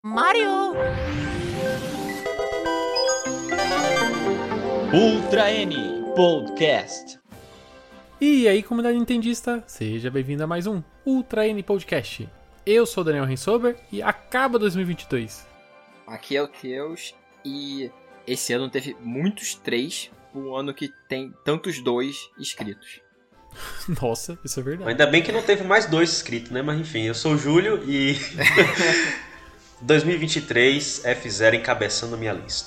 Mario! Ultra N Podcast. E aí, comunidade nintendista, seja bem-vindo a mais um Ultra N Podcast. Eu sou o Daniel Rensober e acaba 2022. Aqui é o Teus e esse ano teve muitos 3 por um ano que tem tantos 2 escritos. Nossa, isso é verdade. Ainda bem que não teve mais 2 escritos, né? Mas enfim, eu sou o Júlio e 2023 F0 encabeçando a minha lista.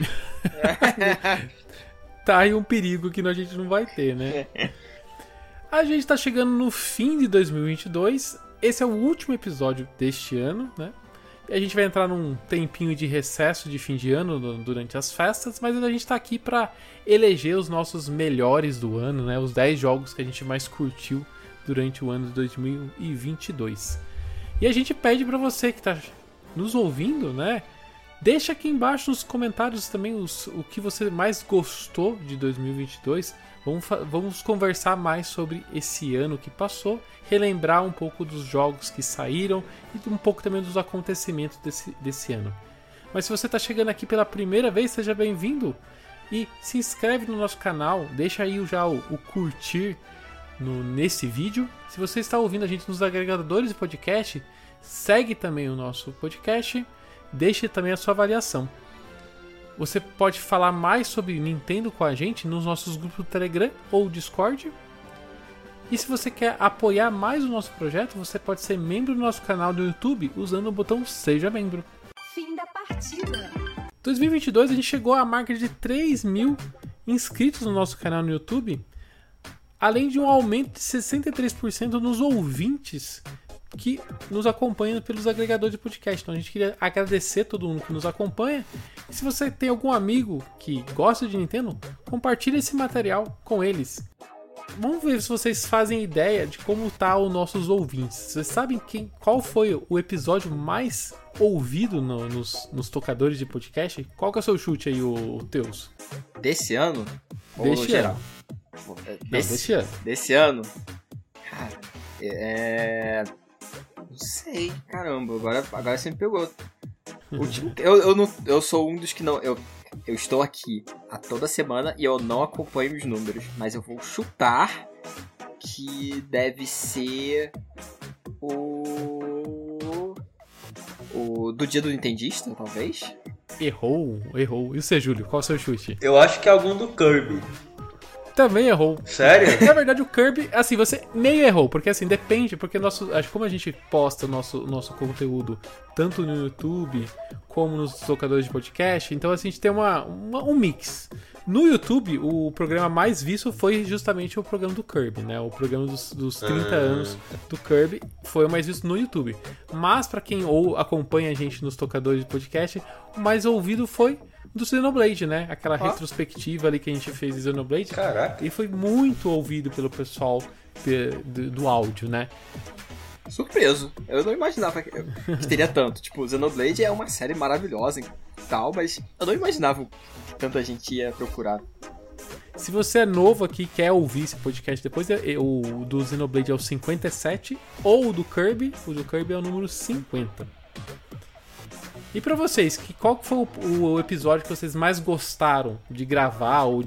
Tá aí um perigo que a gente não vai ter, né? A gente tá chegando no fim de 2022. Esse é o último episódio deste ano, né? E a gente vai entrar num tempinho de recesso de fim de ano durante as festas, mas a gente tá aqui pra eleger os nossos melhores do ano, né? Os 10 jogos que a gente mais curtiu durante o ano de 2022. E a gente pede pra você que tá nos ouvindo, né? Deixa aqui embaixo nos comentários também o que você mais gostou de 2022. Vamos conversar mais sobre esse ano que passou, relembrar um pouco dos jogos que saíram e um pouco também dos acontecimentos desse ano. Mas se você está chegando aqui pela primeira vez, seja bem-vindo e se inscreve no nosso canal, deixa aí já o curtir nesse vídeo. Se você está ouvindo a gente nos agregadores de podcast, segue também o nosso podcast, deixe também a sua avaliação. Você pode falar mais sobre Nintendo com a gente nos nossos grupos do Telegram ou Discord. E se você quer apoiar mais o nosso projeto, você pode ser membro do nosso canal do YouTube usando o botão Seja Membro. Fim da partida. 2022 a gente chegou à marca de 3.000 inscritos no nosso canal no YouTube, além de um aumento de 63% nos ouvintes que nos acompanham pelos agregadores de podcast. Então a gente queria agradecer a todo mundo que nos acompanha. E se você tem algum amigo que gosta de Nintendo, compartilhe esse material com eles. Vamos ver se vocês fazem ideia de como tá os nossos ouvintes. Vocês sabem qual foi o episódio mais ouvido nos tocadores de podcast? Qual que é o seu chute aí, o Teus? Desse ano? Deste ano. Desse ano. Desse ano? Cara, não sei, caramba, agora você me pegou. Eu sou um dos que não... Eu estou aqui a toda semana e eu não acompanho os números, mas eu vou chutar que deve ser o do dia do Nintendista, talvez? Errou. E você, Júlio? Qual é o seu chute? Eu acho que é algum do Kirby. Também errou. Sério? Na verdade, o Kirby, assim, você meio errou, porque assim, depende, porque como a gente posta o nosso conteúdo tanto no YouTube como nos tocadores de podcast, então assim, a gente tem um mix. No YouTube, o programa mais visto foi justamente o programa do Kirby, né? O programa dos 30 anos do Kirby foi o mais visto no YouTube. Mas pra quem acompanha a gente nos tocadores de podcast, o mais ouvido foi do Xenoblade, né? Aquela retrospectiva ali que a gente fez de Xenoblade. Caraca. E foi muito ouvido pelo pessoal do áudio, né? Surpreso. Eu não imaginava que teria tanto. Tipo, Xenoblade é uma série maravilhosa e tal, mas eu não imaginava que tanta gente ia procurar. Se você é novo aqui e quer ouvir esse podcast depois, o do Xenoblade é o 57, ou o do Kirby é o número 50. E pra vocês, qual foi o episódio que vocês mais gostaram de gravar ou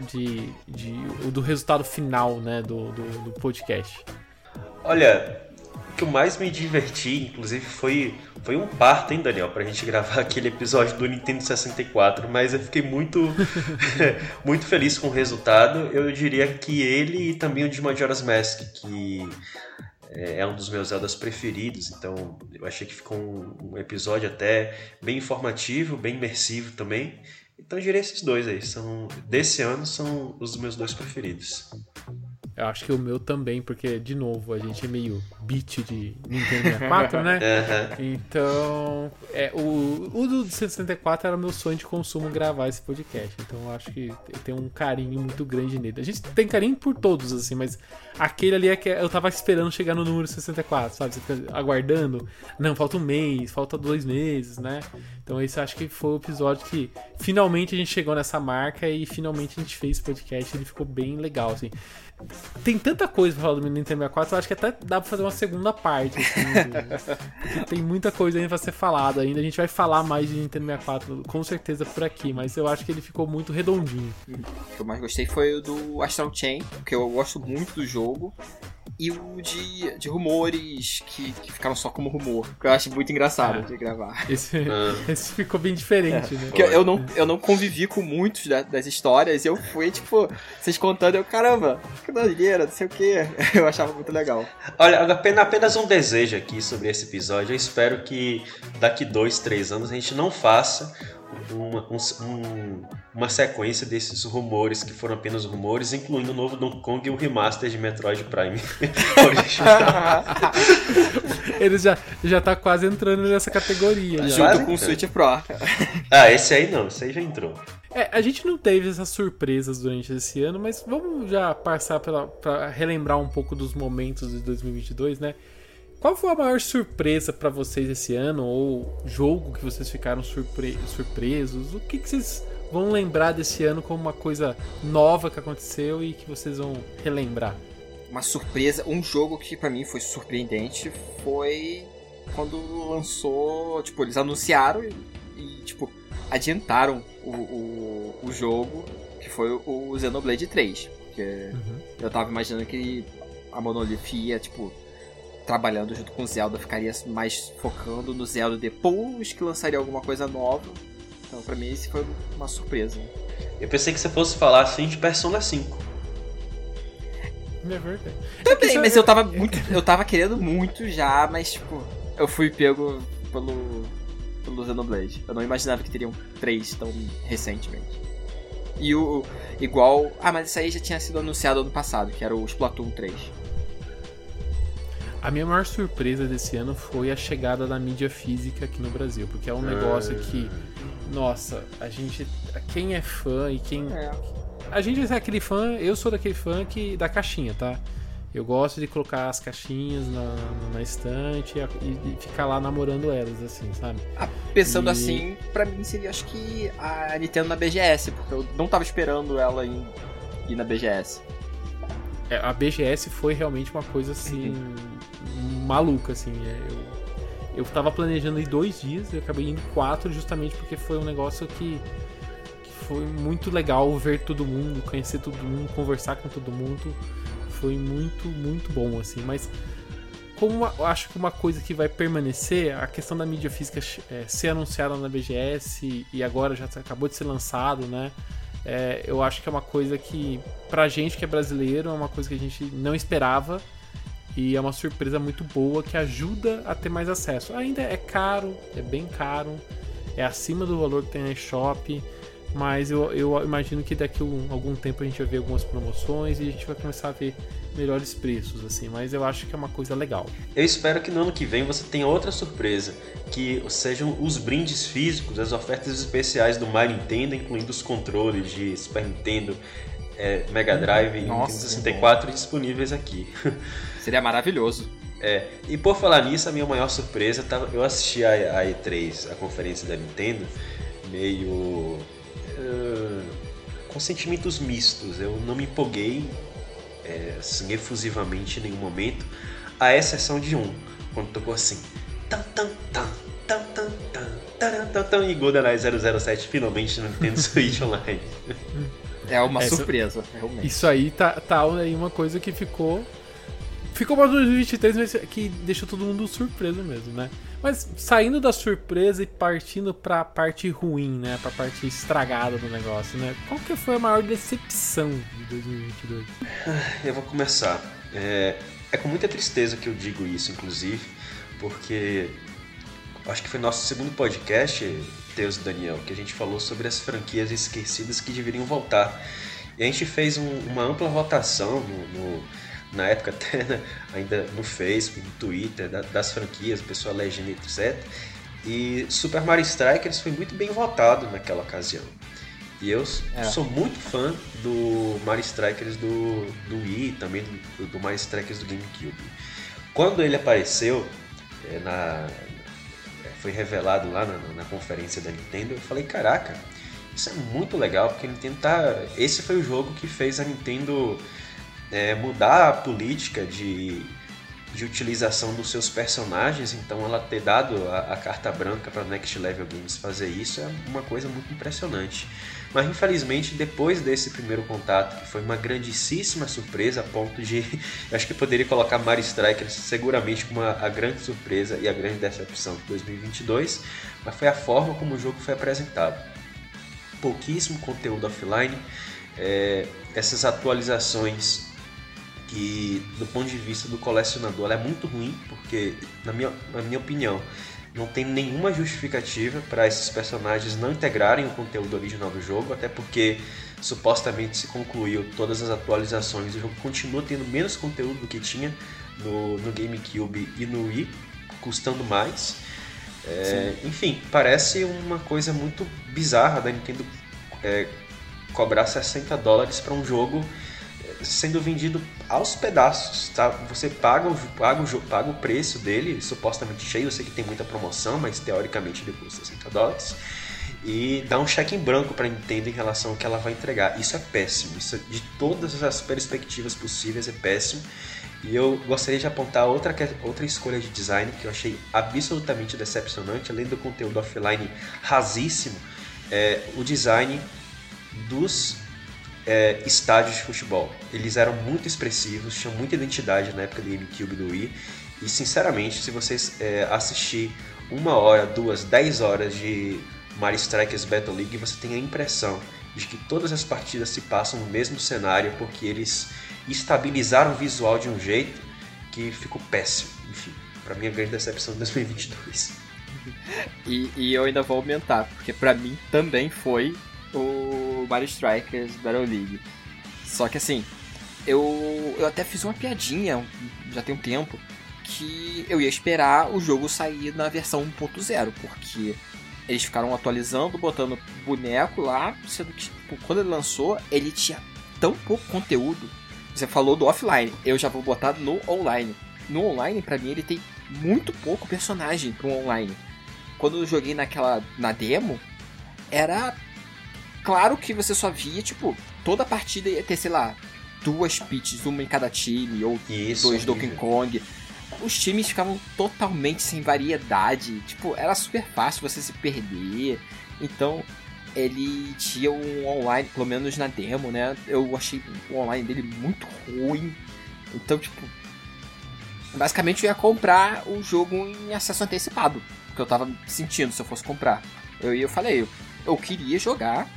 do resultado final, né, do podcast? Olha, o que eu mais me diverti, inclusive, foi um parto, hein, Daniel, pra gente gravar aquele episódio do Nintendo 64, mas eu fiquei muito, muito feliz com o resultado. Eu diria que ele e também o de Majora's Mask, que é um dos meus Zeldas preferidos, então eu achei que ficou um episódio até bem informativo, bem imersivo também. Então eu diria esses dois aí, desse ano são os meus dois preferidos. Eu acho que o meu também, porque, de novo, a gente é meio beat de Nintendo 64, né? Então, o do 64 era o meu sonho de consumo gravar esse podcast. Então, eu acho que tem um carinho muito grande nele. A gente tem carinho por todos, assim, mas aquele ali é que eu tava esperando chegar no número 64, sabe? Você fica aguardando. Não, falta um mês, falta 2 meses, né? Então, esse acho que foi o episódio que finalmente a gente chegou nessa marca e finalmente a gente fez esse podcast. Ele ficou bem legal, assim. tem tanta coisa pra falar do Nintendo 64, eu acho que até dá pra fazer uma segunda parte, assim, porque tem muita coisa ainda pra ser falada ainda. A gente vai falar mais de Nintendo 64, com certeza, por aqui, mas eu acho que ele ficou muito redondinho. O que eu mais gostei foi o do Astral Chain, porque eu gosto muito do jogo. E o de rumores que ficaram só como rumor, que eu acho muito engraçado de gravar. Esse ficou bem diferente, né? Porque eu não convivi com muitos das histórias, e eu fui, tipo, vocês contando, eu, caramba, que doideira, não sei o que. Eu achava muito legal. Olha, apenas um desejo aqui sobre esse episódio. Eu espero que daqui 2, 3 anos a gente não faça uma sequência desses rumores que foram apenas rumores, incluindo o novo Donkey Kong e o remaster de Metroid Prime original. Ele já tá quase entrando nessa categoria. Junto com o Switch Pro. Esse aí não, esse aí já entrou. A gente não teve essas surpresas durante esse ano, mas vamos já passar pra relembrar um pouco dos momentos de 2022, né? Qual foi a maior surpresa pra vocês esse ano? Ou jogo que vocês ficaram surpresos? O que vocês vão lembrar desse ano como uma coisa nova que aconteceu e que vocês vão relembrar? Uma surpresa, um jogo que pra mim foi surpreendente foi quando lançou, tipo, eles anunciaram e tipo, adiantaram o jogo, que foi o Xenoblade 3. Porque eu tava imaginando que a Monolith ia, tipo, trabalhando junto com o Zelda, ficaria mais focando no Zelda depois que lançaria alguma coisa nova. Então pra mim isso foi uma surpresa. Eu pensei que você fosse falar assim de Persona 5. É verdade. Também, mas eu tava querendo muito já, mas tipo, eu fui pego pelo Xenoblade. Eu não imaginava que teriam 3 tão recentemente. E mas isso aí já tinha sido anunciado ano passado, que era o Splatoon 3. A minha maior surpresa desse ano foi a chegada da mídia física aqui no Brasil, porque é um negócio que, nossa, quem é fã e quem... A gente é aquele fã, eu sou daquele fã da caixinha, tá? Eu gosto de colocar as caixinhas na estante e ficar lá namorando elas, assim, sabe? Pensando assim, pra mim seria, acho que a Nintendo na BGS, porque eu não tava esperando ela ir na BGS. A BGS foi realmente uma coisa, assim, maluca, assim. Eu tava planejando ir 2 dias, eu acabei indo 4 justamente porque foi um negócio que foi muito legal ver todo mundo, conhecer todo mundo, conversar com todo mundo. Foi muito, muito bom, assim. Mas como eu acho que uma coisa que vai permanecer, a questão da mídia física ser anunciada na BGS e agora já acabou de ser lançado, né? Eu acho que é uma coisa que, pra gente que é brasileiro, é uma coisa que a gente não esperava e é uma surpresa muito boa que ajuda a ter mais acesso. Ainda é caro, é bem caro, é acima do valor que tem na eShop, mas eu imagino que daqui a algum tempo a gente vai ver algumas promoções e a gente vai começar a ver melhores preços, assim, mas eu acho que é uma coisa legal. Eu espero que no ano que vem você tenha outra surpresa, que sejam os brindes físicos, as ofertas especiais do My Nintendo, incluindo os controles de Super Nintendo, Mega Drive e Nintendo 64 disponíveis aqui. Seria maravilhoso. E por falar nisso, a minha maior surpresa, eu assisti a E3, a conferência da Nintendo, meio com sentimentos mistos. Eu não me empolguei assim, efusivamente em nenhum momento, à exceção de quando tocou assim e GoldenEye 007 finalmente no Nintendo Switch Online. É uma surpresa, realmente. Isso aí tá aí uma coisa que ficou para 2023, mas que deixou todo mundo surpreso mesmo, né? Mas saindo da surpresa e partindo pra parte ruim, né? Pra parte estragada do negócio, né? Qual que foi a maior decepção de 2022? Eu vou começar. É com muita tristeza que eu digo isso, inclusive, porque acho que foi nosso segundo podcast, Deus e Daniel, que a gente falou sobre as franquias esquecidas que deveriam voltar. E a gente fez uma ampla votação na época até, né, ainda no Facebook, no Twitter, das franquias, o pessoal legenda, etc. E Super Mario Strikers foi muito bem votado naquela ocasião. E eu sou muito fã do Mario Strikers do Wii, também do Mario Strikers do GameCube. Quando ele apareceu, foi revelado lá na conferência da Nintendo, eu falei, caraca, isso é muito legal, porque a Nintendo esse foi o jogo que fez a Nintendo mudar a política de utilização dos seus personagens, então ela ter dado a carta branca para a Next Level Games fazer isso é uma coisa muito impressionante. Mas infelizmente depois desse primeiro contato, que foi uma grandíssima surpresa, a ponto de eu acho que poderia colocar Mario Strikers seguramente como a grande surpresa e a grande decepção de 2022, mas foi a forma como o jogo foi apresentado. Pouquíssimo conteúdo offline, essas atualizações que do ponto de vista do colecionador ela é muito ruim, porque na minha opinião não tem nenhuma justificativa para esses personagens não integrarem o conteúdo original do jogo, até porque supostamente se concluiu todas as atualizações, o jogo continua tendo menos conteúdo do que tinha no GameCube e no Wii, custando mais. Enfim, parece uma coisa muito bizarra da Nintendo cobrar $60 para um jogo sendo vendido aos pedaços, tá? Você paga o preço dele, supostamente cheio, eu sei que tem muita promoção, mas teoricamente ele custa $60, e dá um cheque em branco para a Nintendo em relação ao que ela vai entregar. Isso é péssimo, isso de todas as perspectivas possíveis é péssimo, e eu gostaria de apontar outra escolha de design que eu achei absolutamente decepcionante, além do conteúdo offline rasíssimo, o design dos estádios de futebol. Eles eram muito expressivos, tinham muita identidade na época do GameCube e do Wii, e sinceramente, se vocês assistir 1 hora, 2, 10 horas de Mario Strikers Battle League, você tem a impressão de que todas as partidas se passam no mesmo cenário, porque eles estabilizaram o visual de um jeito que ficou péssimo. Enfim, pra mim a grande decepção de 2022. E eu ainda vou aumentar, porque pra mim também foi o Mario Strikers Battle League. Só que assim, eu até fiz uma piadinha já tem um tempo que eu ia esperar o jogo sair na versão 1.0, porque eles ficaram atualizando, botando boneco lá, sendo que quando ele lançou, ele tinha tão pouco conteúdo. Você falou do offline, eu já vou botar no online. No online, pra mim, ele tem muito pouco personagem pro online. Quando eu joguei na demo, era claro que você só via, toda a partida ia ter, sei lá, 2 Peaches, uma em cada time, ou 2 Donkey Kong. Os times ficavam totalmente sem variedade, era super fácil você se perder. Então, ele tinha um online, pelo menos na demo, né? Eu achei o online dele muito ruim. Então, basicamente eu ia comprar o jogo em acesso antecipado, que eu tava sentindo se eu fosse comprar. Eu falei, eu queria jogar.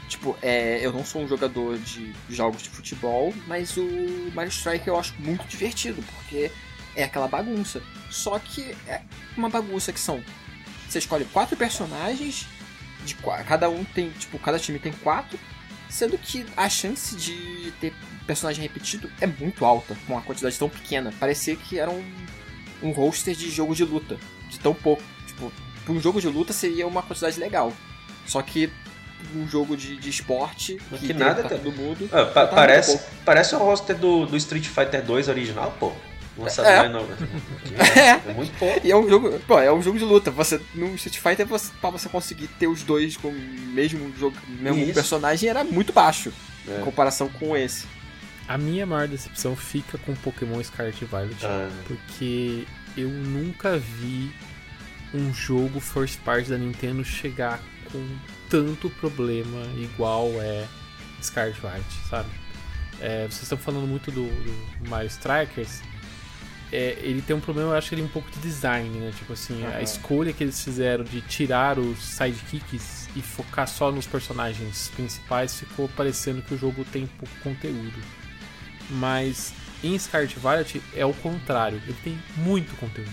Eu não sou um jogador de jogos de futebol, mas o Mario Strike eu acho muito divertido, porque é aquela bagunça. Só que é uma bagunça que você escolhe 4 personagens, cada um tem, cada time tem 4, sendo que a chance de ter personagem repetido é muito alta, com uma quantidade tão pequena. Parecia que era um roster de jogo de luta, de tão pouco. Para um jogo de luta seria uma quantidade legal. Só que um jogo de esporte que nada tá todo mundo. Parece o roster do Street Fighter 2 original, pô. Lançado mais novo. É muito pouco. E é um jogo de luta. No Street Fighter, pra você conseguir ter os dois com o mesmo personagem, era muito baixo em comparação com esse. A minha maior decepção fica com Pokémon Scarlet e Violet, porque eu nunca vi um jogo first party da Nintendo chegar com tanto problema igual Scarlet Violet, sabe? Vocês estão falando muito do Mario Strikers. Ele tem um problema, eu acho que ele é um pouco de design, né? A escolha que eles fizeram de tirar os sidekicks e focar só nos personagens principais ficou parecendo que o jogo tem pouco conteúdo. Mas em Scarlet Violet é o contrário, ele tem muito conteúdo.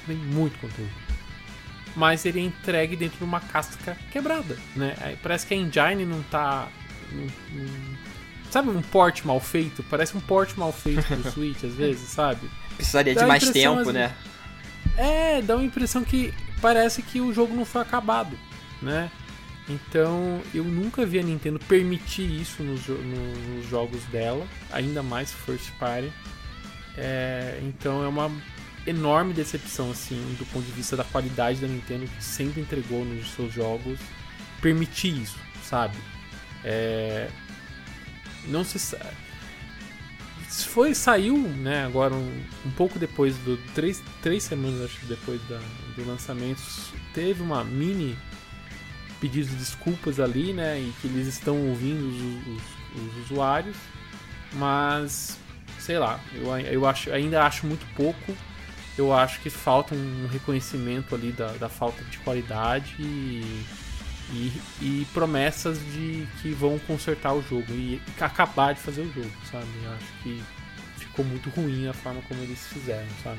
Mas ele é entregue dentro de uma casca quebrada, né? Parece que a engine não tá... sabe um port mal feito? Parece um port mal feito do Switch, às vezes, sabe? Precisaria de mais tempo, né? Dá uma impressão que parece que o jogo não foi acabado, né? Então, eu nunca vi a Nintendo permitir isso nos jogos dela, ainda mais first party. Então, é uma enorme decepção, assim, do ponto de vista da qualidade da Nintendo, que sempre entregou nos seus jogos, permitir isso, sabe? Não se sabe. Saiu, né, agora um pouco depois do 3 semanas, acho, depois do lançamento, teve uma mini pedido de desculpas ali, né, e que eles estão ouvindo os usuários, mas sei lá, eu ainda acho muito pouco. Eu acho que falta um reconhecimento ali da falta de qualidade e promessas de que vão consertar o jogo e acabar de fazer o jogo, sabe? Eu acho que ficou muito ruim a forma como eles fizeram, sabe?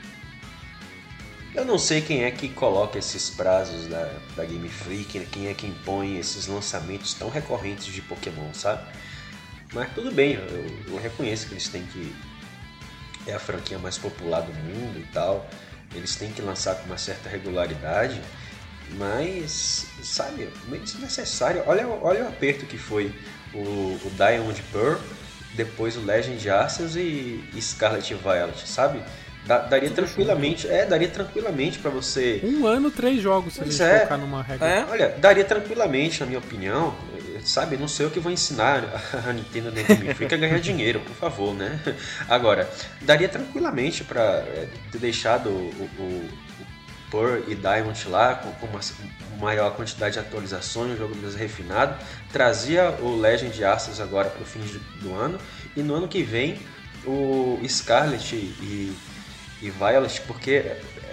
Eu não sei quem é que coloca esses prazos da Game Freak, quem é que impõe esses lançamentos tão recorrentes de Pokémon, sabe? Mas tudo bem, eu reconheço que eles têm que... É a franquia mais popular do mundo e tal. Eles têm que lançar com uma certa regularidade. Mas, sabe, meio desnecessário. Olha o aperto que foi o Diamond Pearl, depois o Legend Arceus e Scarlet Violet, sabe? Daria tranquilamente pra você... 1 ano, 3 jogos, se a gente colocar numa regra. Olha, daria tranquilamente, na minha opinião, sabe? Não sei o que vou ensinar a Nintendo da Game Freak a ganhar dinheiro, por favor, né? Agora, daria tranquilamente pra ter deixado o Pearl e Diamond lá com uma maior quantidade de atualizações, um jogo mais refinado, trazia o Legend Arceus agora pro fim do ano, e no ano que vem o Scarlet e Violet, porque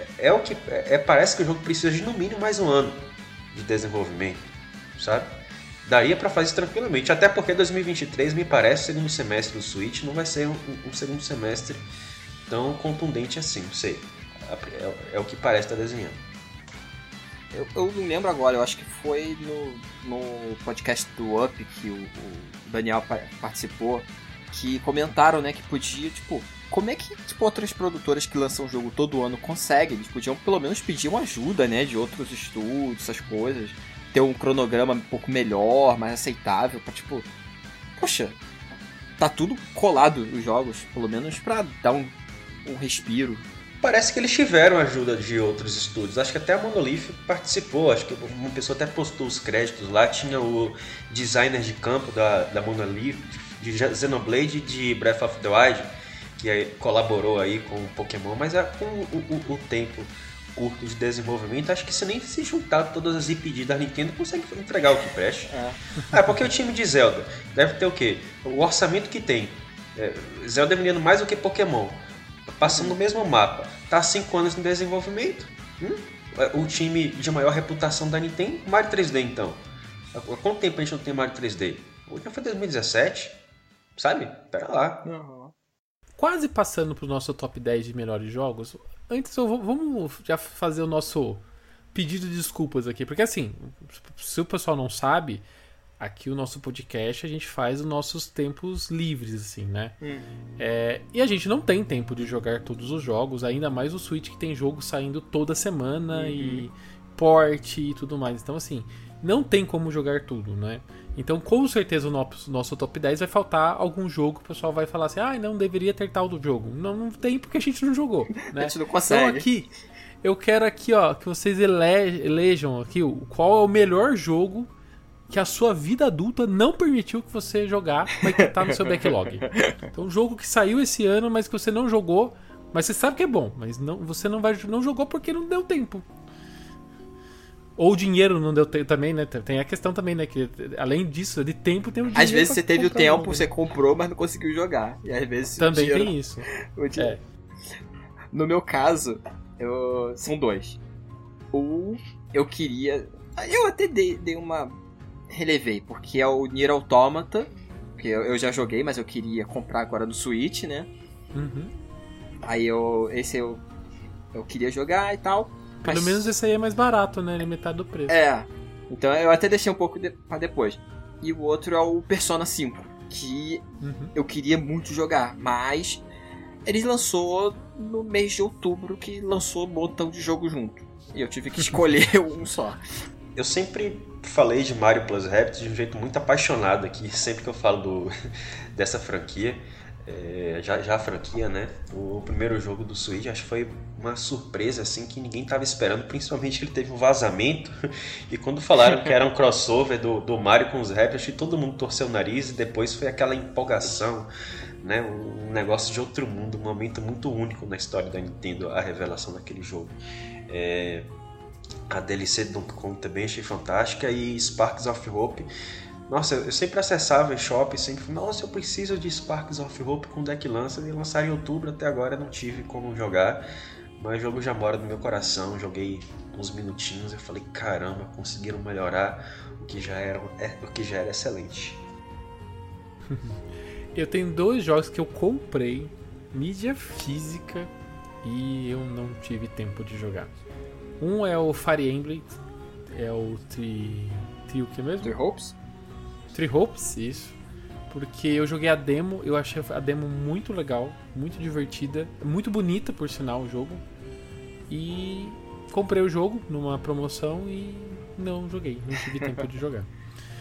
parece que o jogo precisa de no mínimo mais 1 ano de desenvolvimento, sabe? Daria pra fazer isso tranquilamente, até porque 2023 me parece o segundo semestre do Switch não vai ser um segundo semestre tão contundente assim, não sei. É o que parece estar desenhando. Eu não lembro agora, eu acho que foi no podcast do Up que o Daniel participou, que comentaram, né, que podia, tipo, como é que outras produtoras que lançam o jogo todo ano conseguem? Eles podiam pelo menos pedir uma ajuda, né, de outros estúdios, essas coisas, ter um cronograma um pouco melhor, mais aceitável, pra tipo, poxa, tá tudo colado os jogos, pelo menos pra dar um respiro. Parece que eles tiveram ajuda de outros estúdios. Acho que até a Monolith participou. Acho que uma pessoa até postou os créditos lá. Tinha o designer de campo da Monolith, de Xenoblade e de Breath of the Wild, que colaborou aí com o Pokémon. Mas com o tempo curto de desenvolvimento, acho que se nem se juntar todas as IPs da Nintendo, consegue entregar o que presta. Porque o time de Zelda deve ter o quê? O orçamento que tem. Zelda é vendendo mais do que Pokémon. Passando no mesmo mapa, tá há 5 anos em desenvolvimento. O time de maior reputação da Nintendo, Mario 3D então. Há quanto tempo a gente não tem Mario 3D? O último foi 2017, sabe? Pera lá. Quase passando pro nosso top 10 de melhores jogos, antes vamos já fazer o nosso pedido de desculpas aqui, porque assim, se o pessoal não sabe, aqui o nosso podcast a gente faz os nossos tempos livres, assim, né? E a gente não tem tempo de jogar todos os jogos, ainda mais o Switch que tem jogo saindo toda semana e port e tudo mais. Então, assim, não tem como jogar tudo, né? Então, com certeza, o nosso top 10 vai faltar algum jogo que o pessoal vai falar assim, não deveria ter tal do jogo. Não tem porque a gente não jogou, né? A gente não consegue. Então, aqui, eu quero aqui, ó, que vocês elejam aqui qual é o melhor jogo que a sua vida adulta não permitiu que você jogar, mas que tá no seu backlog. Então, um jogo que saiu esse ano, mas que você não jogou, mas você sabe que é bom, mas você não jogou porque não deu tempo. Ou o dinheiro não deu tempo também, né? Tem a questão também, né? Que além disso, de tempo tem o dinheiro. Às vezes você teve o tempo, você comprou, mas não conseguiu jogar. E às vezes também dinheiro, tem isso. No meu caso, são 2. Eu queria... Eu até dei uma... relevei, porque é o Nier Automata, que eu já joguei, mas eu queria comprar agora no Switch, né? Aí eu queria jogar e tal. Pelo menos esse aí é mais barato, né? Ele é metade do preço. Então eu até deixei um pouco pra depois. E o outro é o Persona 5, que eu queria muito jogar, mas ele lançou no mês de outubro, que lançou um montão de jogo junto. E eu tive que escolher um só. Eu sempre falei de Mario Plus Rabbids de um jeito muito apaixonado aqui, sempre que eu falo dessa franquia. Já a franquia, né? O primeiro jogo do Switch, acho que foi uma surpresa assim que ninguém estava esperando, principalmente que ele teve um vazamento. E quando falaram que era um crossover do Mario com os Rabbids, acho que todo mundo torceu o nariz e depois foi aquela empolgação. né? Um negócio de outro mundo, um momento muito único na história da Nintendo, a revelação daquele jogo. A DLC do Donkey Kong também achei fantástica, e Sparks of Hope. Nossa, eu sempre acessava o shop e sempre falei, nossa, eu preciso de Sparks of Hope com deck lança, e lançaram em outubro, até agora não tive como jogar, mas o jogo já mora no meu coração. Joguei uns minutinhos e falei, caramba, conseguiram melhorar o que já era excelente. Eu tenho 2 jogos que eu comprei, mídia física, e eu não tive tempo de jogar. Um é o Fire Emblem, é o o que mesmo? Three Hopes? Three Hopes, isso. Porque eu joguei a demo, eu achei a demo muito legal, muito divertida, muito bonita, por sinal, o jogo. E comprei o jogo numa promoção e não joguei, não tive tempo de jogar.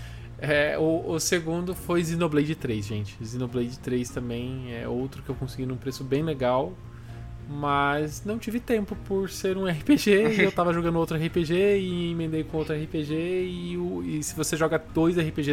O segundo foi Xenoblade 3, gente. Xenoblade 3 também é outro que eu consegui num preço bem legal, mas não tive tempo por ser um RPG, e eu tava jogando outro RPG e emendei com outro RPG, e se você joga 2 RPG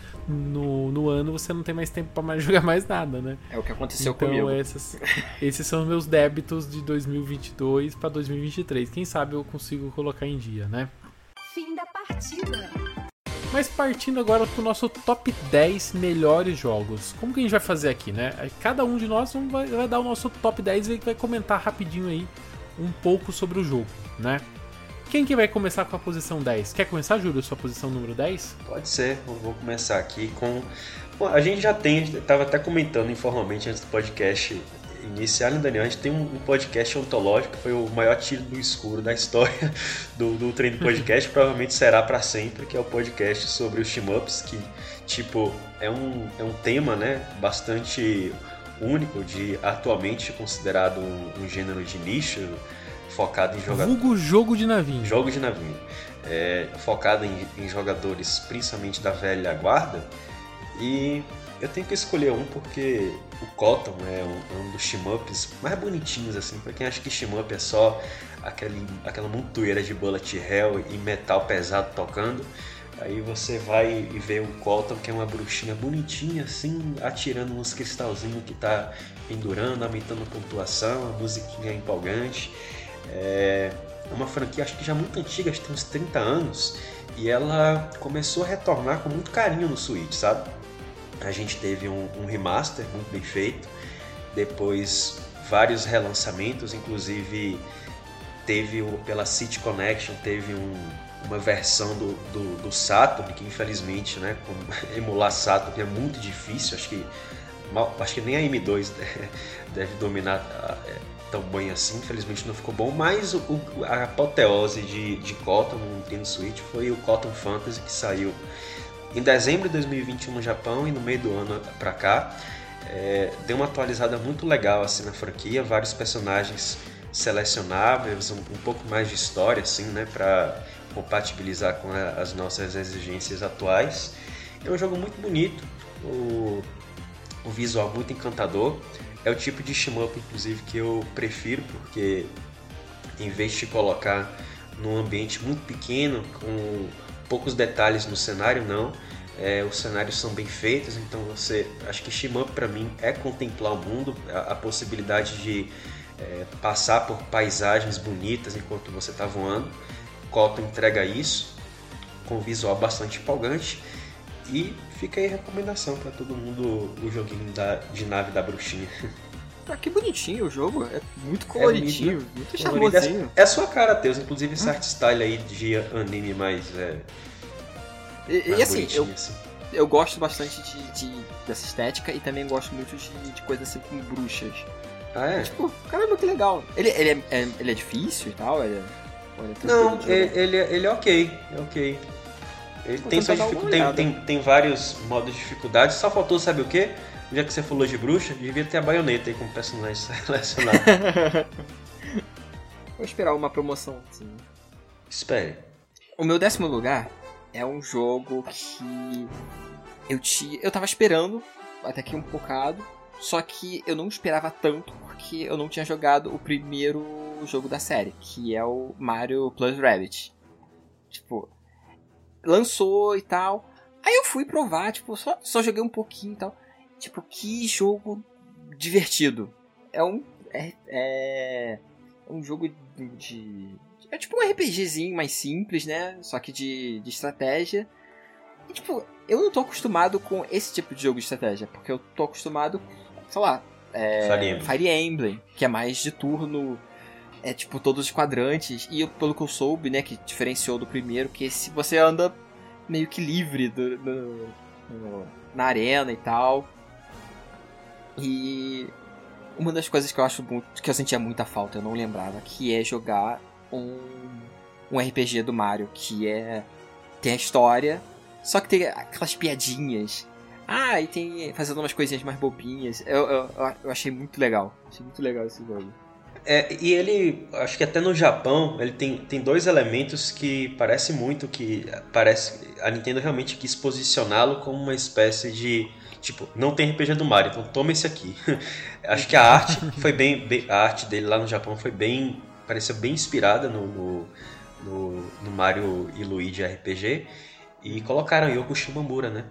no ano, você não tem mais tempo pra jogar mais nada, né? É o que aconteceu então, comigo. Esses são os meus débitos de 2022 pra 2023. Quem sabe eu consigo colocar em dia, né? Fim da partida. Mas partindo agora pro nosso top 10 melhores jogos. Como que a gente vai fazer aqui, né? Cada um de nós vai dar o nosso top 10 e vai comentar rapidinho aí um pouco sobre o jogo, né? Quem que vai começar com a posição 10? Quer começar, Júlio, sua posição número 10? Pode ser, eu vou começar aqui com... Bom, a gente já tem, estava até comentando informalmente antes do podcast iniciar, né, Daniel? A gente tem um podcast ontológico, que foi o maior tiro do escuro da história do Trem do Podcast, provavelmente será para sempre, que é o podcast sobre os team-ups, que, tipo, é um tema, né, bastante único, atualmente considerado um gênero de nicho, focado em jogadores... Vulgo jogo de navinho. Jogo de navinho. Focado em jogadores, principalmente da velha guarda, e... eu tenho que escolher um porque o Cotton é um dos shmups mais bonitinhos, assim, pra quem acha que shmup é só aquela montoeira de bullet hell e metal pesado tocando. Aí você vai e vê o Cotton, que é uma bruxinha bonitinha, assim, atirando uns cristalzinhos que tá pendurando, aumentando a pontuação, a musiquinha é empolgante. É uma franquia, acho que já muito antiga, acho que tem uns 30 anos, e ela começou a retornar com muito carinho no Switch, sabe? A gente teve um remaster muito bem feito, depois vários relançamentos, inclusive teve pela City Connection, teve uma versão do Saturn, que infelizmente, né, emular Saturn é muito difícil, acho que nem a M2 deve dominar tão bem assim, infelizmente não ficou bom, mas a apoteose de Cotton no Nintendo Switch foi o Cotton Fantasy, que saiu em dezembro de 2021 no Japão, e no meio do ano pra cá. Deu uma atualizada muito legal assim na franquia, vários personagens selecionáveis, um pouco mais de história assim, né, para compatibilizar com as nossas exigências atuais. É um jogo muito bonito, o visual muito encantador. É o tipo de shmup, inclusive, que eu prefiro, porque em vez de te colocar num ambiente muito pequeno, com poucos detalhes no cenário, não. Os cenários são bem feitos, então acho que shmup para mim é contemplar o mundo, a possibilidade de passar por paisagens bonitas enquanto você está voando. Cotton entrega isso, com um visual bastante empolgante, e fica aí a recomendação para todo mundo, o joguinho de nave da bruxinha. Ah, que bonitinho o jogo, é muito coloridinho, lindo, muito charmosinho. É a sua cara, Teus, inclusive esse art style aí de anime mais... E assim, assim, eu gosto bastante dessa estética, e também gosto muito de coisas assim com bruxas. Ah, é? Tipo, caramba, que legal. Ele é difícil e tal? Não, ele é ok. Ele tem vários modos de dificuldade, só faltou, sabe o quê? Já que você falou de bruxa, devia ter a baioneta aí como personagem selecionado. Vou esperar uma promoção, assim. Espere. O meu 10º lugar é um jogo que eu tava esperando até que um bocado, só que eu não esperava tanto porque eu não tinha jogado o primeiro jogo da série, que é o Mario Plus Rabbids. Tipo, lançou e tal. Aí eu fui provar, tipo, só joguei um pouquinho e tal. Tipo, que jogo divertido. É um jogo é tipo um RPGzinho mais simples, né? Só que de estratégia. E, tipo, eu não tô acostumado com esse tipo de jogo de estratégia, porque eu tô acostumado com, sei lá, Fire Emblem, que é mais de turno, é tipo todos os quadrantes, e pelo que eu soube, né, que diferenciou do primeiro, que esse você anda meio que livre na arena e tal. E uma das coisas que eu acho que eu sentia muita falta, eu não lembrava, que é jogar um RPG do Mario, que tem a história, só que tem aquelas piadinhas. E tem fazendo umas coisinhas mais bobinhas. Eu achei muito legal. Achei muito legal esse jogo. E ele, acho que até no Japão, ele tem dois elementos que parece muito que a Nintendo realmente quis posicioná-lo como uma espécie de, tipo, não tem RPG do Mario, então toma esse aqui. Acho que a arte foi a arte dele lá no Japão foi pareceu bem inspirada no Mario e Luigi RPG, e colocaram Yoko Shimomura, né,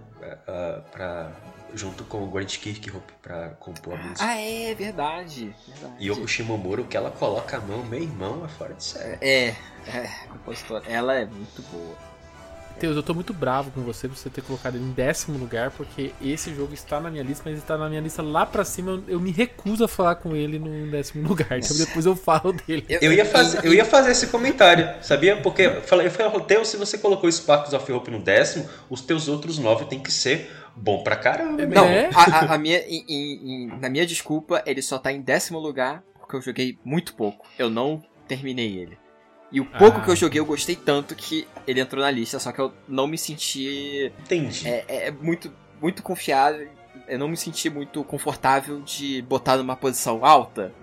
junto com o Grant Kirkhope pra compor a música. É verdade. Yoko Shimomura, o que ela coloca a mão, meu irmão, é fora de série. Compositora. Ela é muito boa. Teus, eu tô muito bravo com você por você ter colocado ele em 10º lugar, porque esse jogo está na minha lista, mas está na minha lista lá pra cima. Eu me recuso a falar com ele no 10º lugar, então depois eu falo dele. Eu ia fazer esse comentário, sabia? Porque eu falei, Teus, se você colocou Sparks of Hope no 10º, os teus outros 9 tem que ser bom pra caramba. Não, na minha desculpa, ele só tá em 10º lugar porque eu joguei muito pouco. Eu não terminei ele. E o pouco que eu joguei, eu gostei tanto que ele entrou na lista, só que eu não me senti... Entendi. Muito, muito confiável, eu não me senti muito confortável de botar numa posição alta.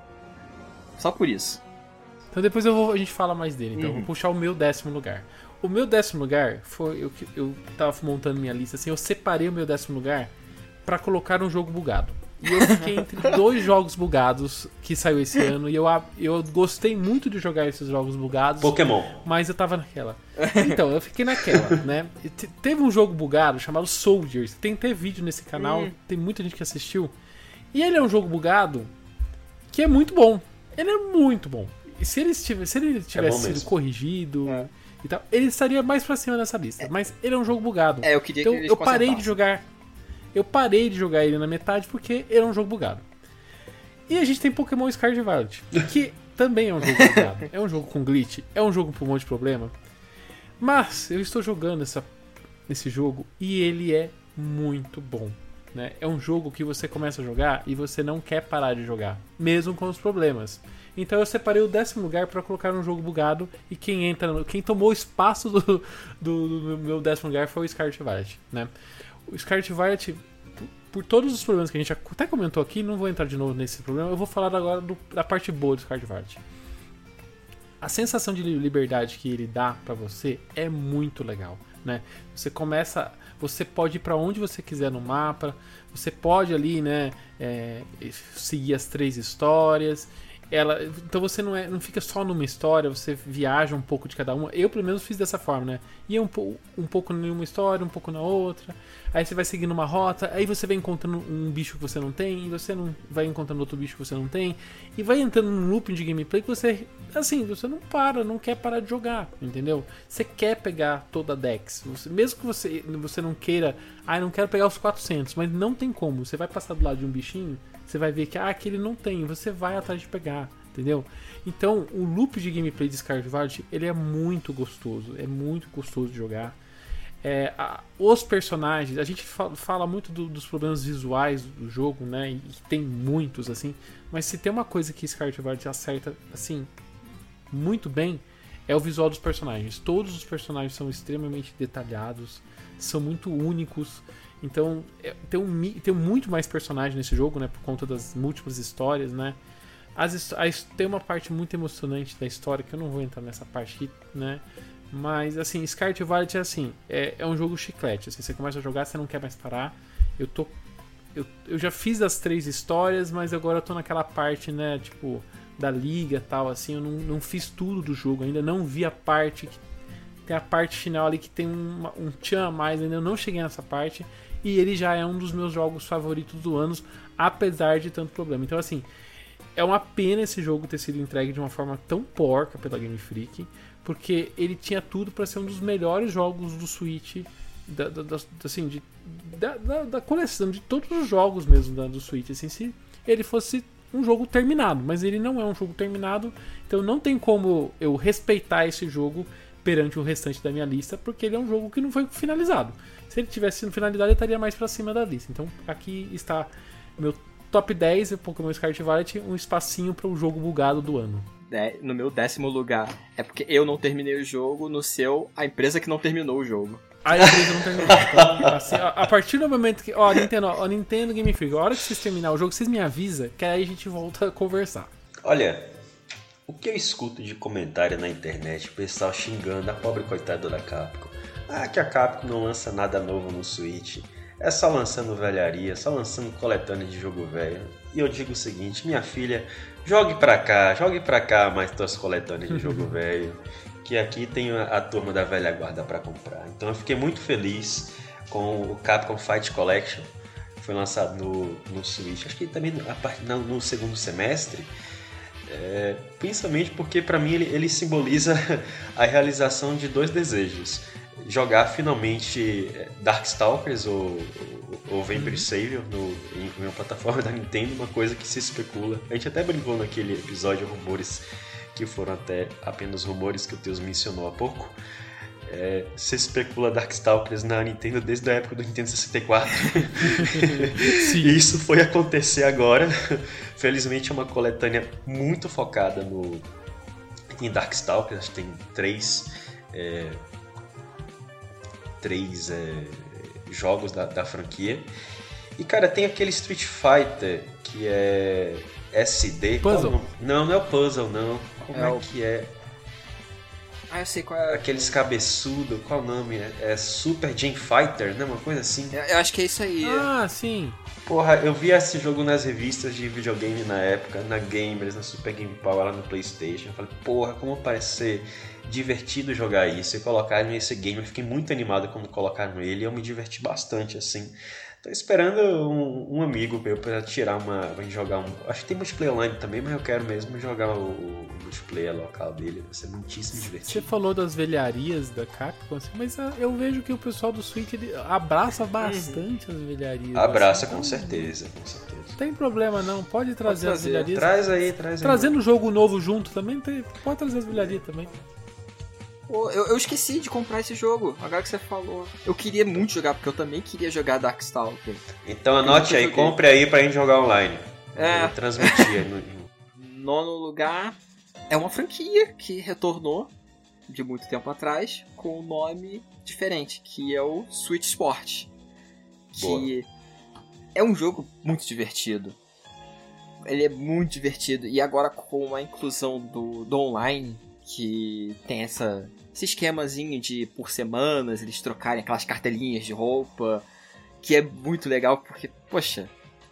Só por isso. Então depois a gente fala mais dele. Então eu vou puxar o meu 10º lugar. O meu 10º lugar foi... Eu tava montando minha lista assim, eu separei o meu 10º lugar pra colocar um jogo bugado. E eu fiquei entre 2 jogos bugados que saiu esse ano. E eu gostei muito de jogar esses jogos bugados. Pokémon. Mas eu tava naquela. Então, eu fiquei naquela, né? Teve um jogo bugado chamado Soldiers. Tem até vídeo nesse canal. Tem muita gente que assistiu. E ele é um jogo bugado que é muito bom. Ele é muito bom. E se ele tivesse sido corrigido e tal, ele estaria mais pra cima dessa lista. Mas ele é um jogo bugado. Eu queria então, que eles eu parei de jogar. Eu parei de jogar ele na metade porque era um jogo bugado. E a gente tem Pokémon Scarlet e Violet, que também é um jogo bugado. É um jogo com glitch, é um jogo com um monte de problema. Mas eu estou jogando esse jogo e ele é muito bom, né? É um jogo que você começa a jogar e você não quer parar de jogar, mesmo com os problemas. Então eu separei o 10º lugar para colocar um jogo bugado, e quem tomou o espaço do meu 10º lugar foi o Scarlet e Violet, né? O Scarlet e Violet, por todos os problemas que a gente até comentou aqui, não vou entrar de novo nesse problema, eu vou falar agora da parte boa do Scarlet e Violet. A sensação de liberdade que ele dá pra você é muito legal, né? Você pode ir pra onde você quiser no mapa, você pode ali, né, seguir as 3 histórias. Então você não fica só numa história, você viaja um pouco de cada uma. Eu pelo menos fiz dessa forma, né? Ia um pouco em uma história, um pouco na outra. Aí você vai seguindo uma rota, aí você vai encontrando um bicho que você não tem, e você não vai encontrando outro bicho que você não tem, e vai entrando num looping de gameplay que você não quer parar de jogar, entendeu? Você quer pegar toda a Dex, mesmo que você não queira, não quero pegar os 400, mas não tem como. Você vai passar do lado de um bichinho, você vai ver que aquele não tem, você vai atrás de pegar, entendeu? Então, o loop de gameplay de Scarlet Violet, ele é muito gostoso de jogar. Os personagens, a gente fala muito dos problemas visuais do jogo, né? E tem muitos, assim. Mas se tem uma coisa que Scarlet Violet acerta, assim, muito bem, é o visual dos personagens. Todos os personagens são extremamente detalhados, são muito únicos. Então, tem muito mais personagem nesse jogo, né? Por conta das múltiplas histórias, né? Tem uma parte muito emocionante da história, que eu não vou entrar nessa parte aqui, né? Mas, assim, Scarlet Violet é assim, é um jogo chiclete. Assim, você começa a jogar, você não quer mais parar. Eu já fiz as 3 histórias, mas agora eu tô naquela parte, né, tipo, da liga e tal, assim. Eu não fiz tudo do jogo ainda, não vi a parte... Tem a parte final ali que tem um tchan a mais, ainda eu não cheguei nessa parte. e ele já é um dos meus jogos favoritos do ano, apesar de tanto problema. Então, assim, é uma pena esse jogo ter sido entregue de uma forma tão porca pela Game Freak, porque ele tinha tudo para ser um dos melhores jogos do Switch, da coleção, de todos os jogos mesmo do Switch, assim, se ele fosse um jogo terminado, mas ele não é um jogo terminado, então não tem como eu respeitar esse jogo perante o restante da minha lista, porque ele é um jogo que não foi finalizado. Se ele tivesse sido finalizado, ele estaria mais pra cima da lista. Então aqui está meu top 10, o Pokémon Scarlet Violet, um espacinho para o jogo bugado do ano. No meu 10º lugar, é porque eu não terminei o jogo, no seu, a empresa que não terminou o jogo. A empresa não terminou. Então, assim, a partir do momento que... Nintendo Game Freak, a hora que vocês terminar o jogo, vocês me avisam, que aí a gente volta a conversar. Olha, o que eu escuto de comentário na internet, o pessoal xingando a pobre coitada da Capcom. Que a Capcom não lança nada novo no Switch. É só lançando velharia, só lançando coletânea de jogo velho. E eu digo o seguinte, minha filha, jogue pra cá mais tuas coletâneas de jogo velho. Que aqui tem a turma da velha guarda pra comprar. Então eu fiquei muito feliz com o Capcom Fight Collection. Foi lançado no Switch, acho que também no segundo semestre. Principalmente porque pra mim ele simboliza a realização de 2 desejos: jogar finalmente Darkstalkers ou Vampire Savior em uma plataforma da Nintendo, uma coisa que se especula. A gente até brincou naquele episódio rumores, que foram até apenas rumores que o Teus mencionou há pouco. Se especula Darkstalkers na Nintendo desde a época do Nintendo 64. E isso foi acontecer agora. Felizmente é uma coletânea muito focada em Darkstalkers. Acho que tem 3 jogos da franquia. E cara, tem aquele Street Fighter que é SD. Puzzle? Não é o Puzzle, não. Como é que é? Eu sei qual é. Aqueles cabeçudo, qual o nome? É Super Gen Fighter, né? Uma coisa assim. Eu acho que é isso aí. Sim. Porra, eu vi esse jogo nas revistas de videogame na época, na Gamers, na Super Game Power, lá no PlayStation. Eu falei, porra, como parece ser divertido jogar isso e colocar nesse game. Eu fiquei muito animado quando colocaram ele e eu me diverti bastante, assim. Tô esperando um amigo meu pra tirar pra jogar acho que tem multiplayer online também, mas eu quero mesmo jogar o multiplayer local dele. Vai ser muitíssimo divertido. Você falou das velharias da Capcom, assim, mas eu vejo que o pessoal do Switch ele abraça bastante as velharias. Abraça, assim, com certeza. Não tem problema não, pode trazer as velharias. Traz aí. Trazendo jogo novo junto também, pode trazer as velharias também. Eu esqueci de comprar esse jogo, agora que você falou. Eu queria muito jogar, porque eu também queria jogar Darkstalker. Então anote aí, compre aí pra gente jogar online. Eu transmitir. Nono lugar é uma franquia que retornou de muito tempo atrás com um nome diferente, que é o Switch Sport. Que é um jogo muito divertido. Ele é muito divertido. E agora com a inclusão do online, que tem esse esquemazinho de por semanas eles trocarem aquelas cartelinhas de roupa, que é muito legal porque, poxa,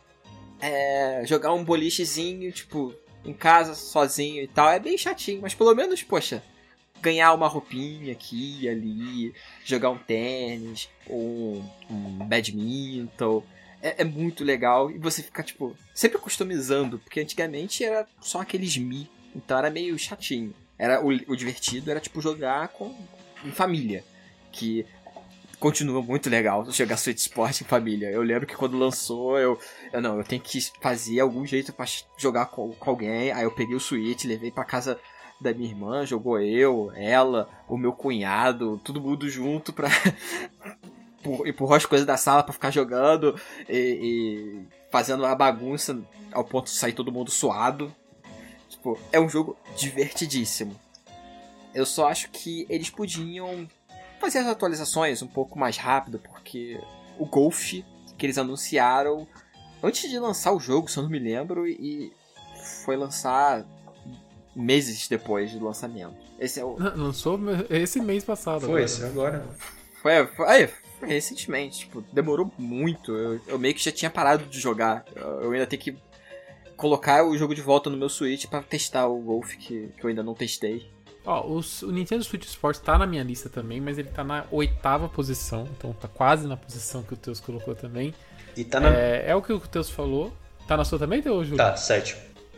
jogar um bolichezinho, tipo, em casa, sozinho e tal, é bem chatinho, mas pelo menos, poxa, ganhar uma roupinha aqui e ali, jogar um tênis, ou um badminton, é muito legal, e você fica, tipo, sempre customizando, porque antigamente era só aqueles então era meio chatinho. O divertido era, tipo, jogar em família. Que continua muito legal jogar Switch Sport em família. Eu lembro que quando lançou, eu tenho que fazer algum jeito pra jogar com alguém. Aí eu peguei o Switch, levei pra casa da minha irmã, jogou ela, o meu cunhado, todo mundo junto pra... empurrou as coisas da sala pra ficar jogando e fazendo a bagunça ao ponto de sair todo mundo suado. Tipo, é um jogo divertidíssimo. Eu só acho que eles podiam fazer as atualizações um pouco mais rápido, porque o Golf que eles anunciaram antes de lançar o jogo, se eu não me lembro, e foi lançar meses depois do lançamento. Esse é o... Lançou esse mês passado. Foi esse agora. Foi recentemente, tipo, demorou muito. Eu meio que já tinha parado de jogar. Eu ainda tenho que colocar o jogo de volta no meu Switch pra testar o Golf, que eu ainda não testei. Ó, o Nintendo Switch Sports tá na minha lista também, mas ele tá na 8ª posição, então tá quase na posição que o Teus colocou também. E tá na... É o que o Teus falou. Tá na sua também, Teus, Júlio? Tá, 7.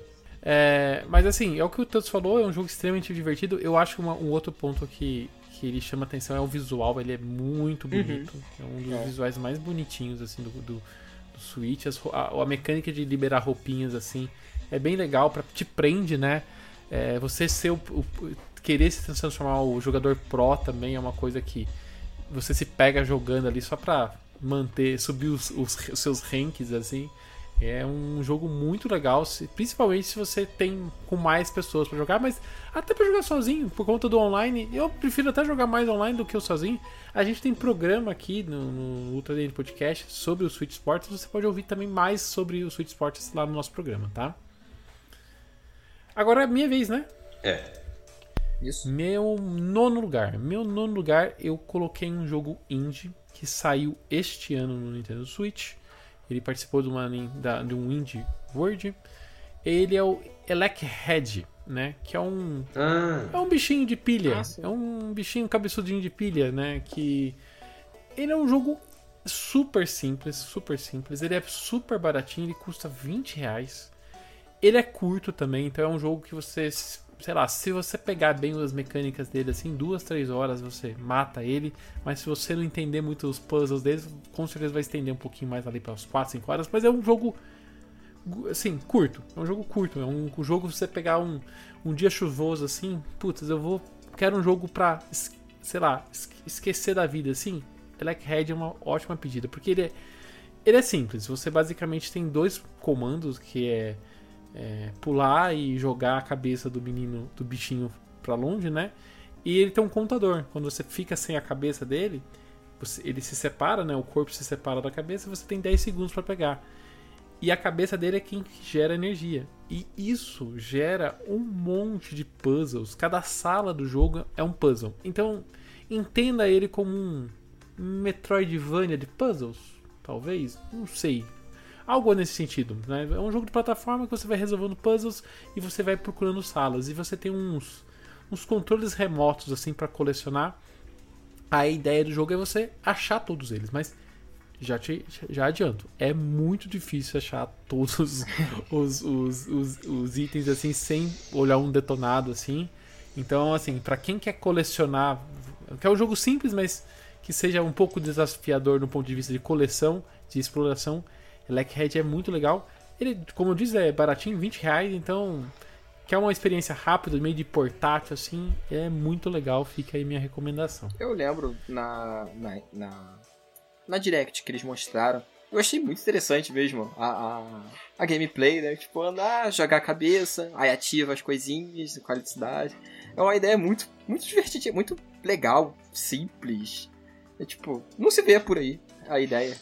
Mas assim, é o que o Teus falou, é um jogo extremamente divertido. Eu acho que um outro ponto que ele chama atenção é o visual, ele é muito bonito. É um dos visuais mais bonitinhos assim do Switch. A mecânica de liberar roupinhas assim é bem legal, te prende, né? Você ser querer se transformar o jogador pro também é uma coisa que você se pega jogando ali só pra subir os seus ranks assim. É um jogo muito legal, principalmente se você tem com mais pessoas pra jogar, mas até pra jogar sozinho, por conta do online. Eu prefiro até jogar mais online do que eu sozinho. A gente tem programa aqui no Ultra Dane Podcast sobre o Switch Sports. Você pode ouvir também mais sobre o Switch Sports lá no nosso programa, tá? Agora é minha vez, né? Isso. Meu nono lugar, eu coloquei um jogo indie que saiu este ano no Nintendo Switch. Ele participou de um Indie World. Ele é o Electhead, né? Que é um bichinho de pilha. É um bichinho cabeçudinho de pilha, né? Que ele é um jogo super simples. Ele é super baratinho, ele custa R$20. Ele é curto também, então é um jogo que você, sei lá, se você pegar bem as mecânicas dele, assim, 2-3 horas você mata ele, mas se você não entender muito os puzzles dele, com certeza vai estender um pouquinho mais ali para os 4-5 horas, mas é um jogo, assim, curto. É um jogo curto, é um jogo você pegar um dia chuvoso, assim, putz, quero um jogo pra, sei lá, esquecer da vida, assim. Electhead é uma ótima pedida, porque ele é simples. Você basicamente tem 2 comandos, que é pular e jogar a cabeça do bichinho pra longe, né? E ele tem um contador. Quando você fica sem a cabeça dele, ele se separa, né? O corpo se separa da cabeça, você tem 10 segundos pra pegar. E a cabeça dele é quem gera energia. E isso gera um monte de puzzles. Cada sala do jogo é um puzzle. Então, entenda ele como um Metroidvania de puzzles, talvez, não sei. Algo nesse sentido, né? É um jogo de plataforma que você vai resolvendo puzzles e você vai procurando salas. E você tem uns controles remotos assim para colecionar. A ideia do jogo é você achar todos eles, mas já adianto, é muito difícil achar todos os itens assim sem olhar um detonado assim. Então, assim, para quem quer colecionar, quer um jogo simples, mas que seja um pouco desafiador no ponto de vista de coleção, de exploração, Electhead é muito legal. Ele, como eu disse, é baratinho, R$20, então quer uma experiência rápida, meio de portátil assim, é muito legal, fica aí minha recomendação. Eu lembro na Direct que eles mostraram, eu achei muito interessante mesmo a gameplay, né? Tipo, andar, jogar a cabeça, aí ativa as coisinhas de qualidade. É uma ideia muito, muito divertida, muito legal, simples. É tipo, não se vê por aí a ideia.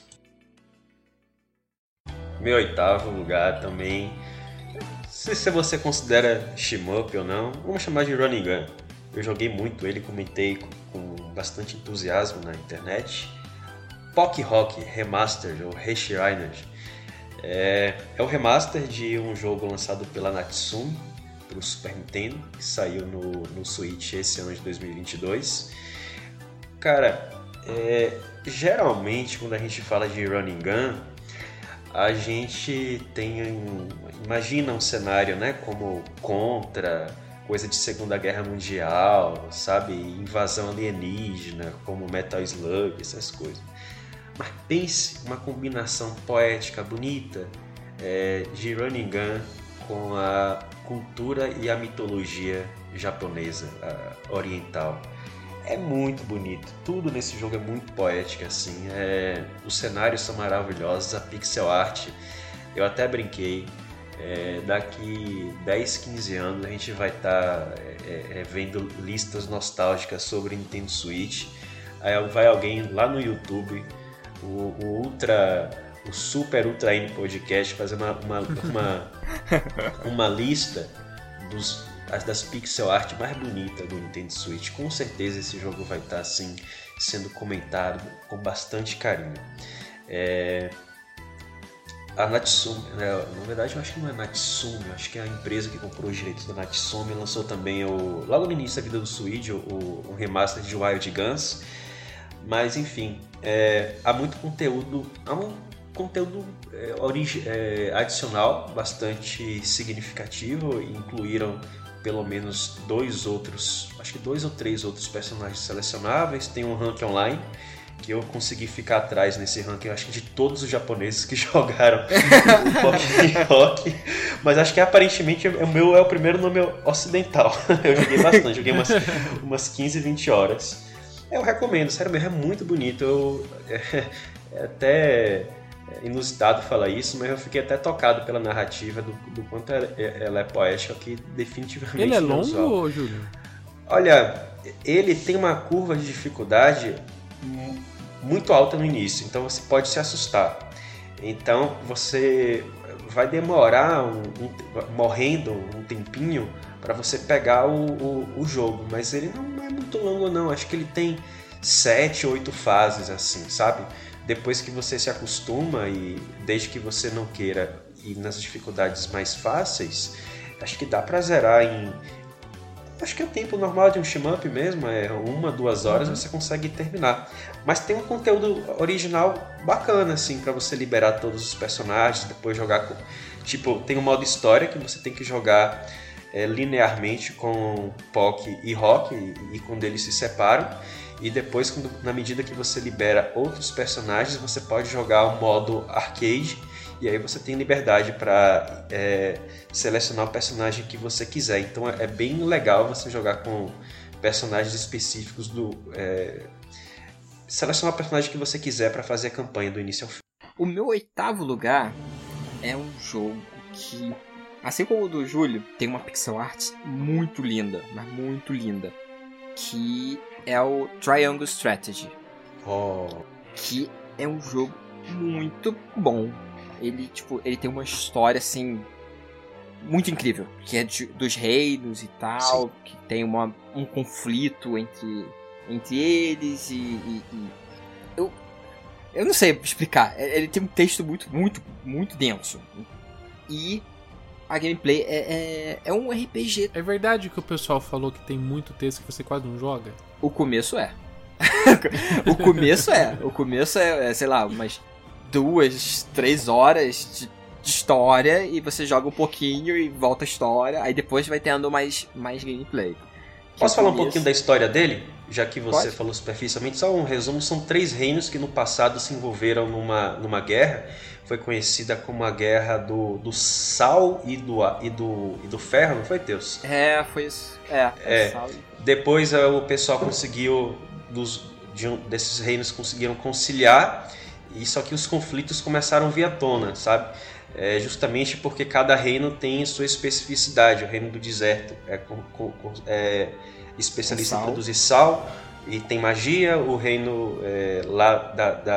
Meu 8º lugar também, se você considera shmup ou não, vamos chamar de Running Gun. Eu joguei muito ele, comentei com bastante entusiasmo na internet. Pock Rock Remastered ou Reshirined é o remaster de um jogo lançado pela Natsume para o Super Nintendo, que saiu no Switch esse ano de 2022. Cara, geralmente quando a gente fala de Running Gun, a gente imagina um cenário, né, como Contra, coisa de Segunda Guerra Mundial, sabe, invasão alienígena, como Metal Slug, essas coisas. Mas pense uma combinação poética, bonita, de Running Gun com a cultura e a mitologia japonesa, oriental. É muito bonito, tudo nesse jogo é muito poético assim, os cenários são maravilhosos, a pixel art, eu até brinquei, daqui 10, 15 anos a gente vai estar vendo listas nostálgicas sobre Nintendo Switch, aí vai alguém lá no YouTube, o Super Ultra N Podcast, fazer uma lista das pixel art mais bonitas do Nintendo Switch. Com certeza esse jogo vai estar assim, sendo comentado com bastante carinho. a Natsume, né? Na verdade eu acho que não é Natsume, eu acho que é a empresa que comprou os direitos da Natsume lançou também logo no início da vida do Switch o remaster de Wild Guns. Mas enfim, há muito conteúdo, adicional bastante significativo. Incluíram pelo menos 2 ou 3 outros personagens selecionáveis. Tem um ranking online que eu consegui ficar atrás nesse ranking, eu acho que de todos os japoneses que jogaram o Pokémon Rock, mas acho que aparentemente o meu é o primeiro nome ocidental. Eu joguei bastante, joguei umas 15, 20 horas. Eu recomendo, sério mesmo, é muito bonito. É até inusitado falar isso, mas eu fiquei até tocado pela narrativa do quanto ela é poética, que definitivamente ele é não longo, Júlio? Olha, ele tem uma curva de dificuldade muito alta no início, então você pode se assustar. Então você vai demorar morrendo um tempinho para você pegar o jogo, mas ele não é muito longo não, acho que ele tem 7, 8 fases assim, sabe? Depois que você se acostuma e desde que você não queira ir nas dificuldades mais fáceis, acho que dá pra zerar acho que é o tempo normal de um shmup mesmo, 1, 2 horas você consegue terminar. Mas tem um conteúdo original bacana, assim, pra você liberar todos os personagens, depois jogar com... Tipo, tem um modo história que você tem que jogar linearmente com Pock e Rock, e quando eles se separam. E depois, na medida que você libera outros personagens, você pode jogar o modo arcade. E aí você tem liberdade para selecionar o personagem que você quiser. Então é bem legal você jogar com personagens específicos selecionar o personagem que você quiser para fazer a campanha do início ao fim. O meu 8º lugar é um jogo que, assim como o do Júlio, tem uma pixel art muito linda, mas muito linda, que é o Triangle Strategy. Que é um jogo muito bom. Ele tem uma história, assim, muito incrível. Que é dos reinos e tal. Sim. Que tem um conflito entre eles eu não sei explicar. Ele tem um texto muito, muito, muito denso. E a gameplay é um RPG. É verdade que o pessoal falou que tem muito texto que você quase não joga? O começo é. O começo é, sei lá, umas 2, 3 horas de história e você joga um pouquinho e volta a história, aí depois vai tendo mais gameplay. Posso falar um pouquinho da história dele? Já que você falou superficialmente, só um resumo, são 3 reinos que no passado se envolveram numa guerra, foi conhecida como a Guerra do Sal e do Ferro, não foi, Teus? Foi isso. Sal. Depois o pessoal conseguiu, desses reinos conseguiram conciliar, e só que os conflitos começaram a vir à tona, sabe? Justamente porque cada reino tem sua especificidade. O reino do deserto é especialista em produzir sal e tem magia. O reino lá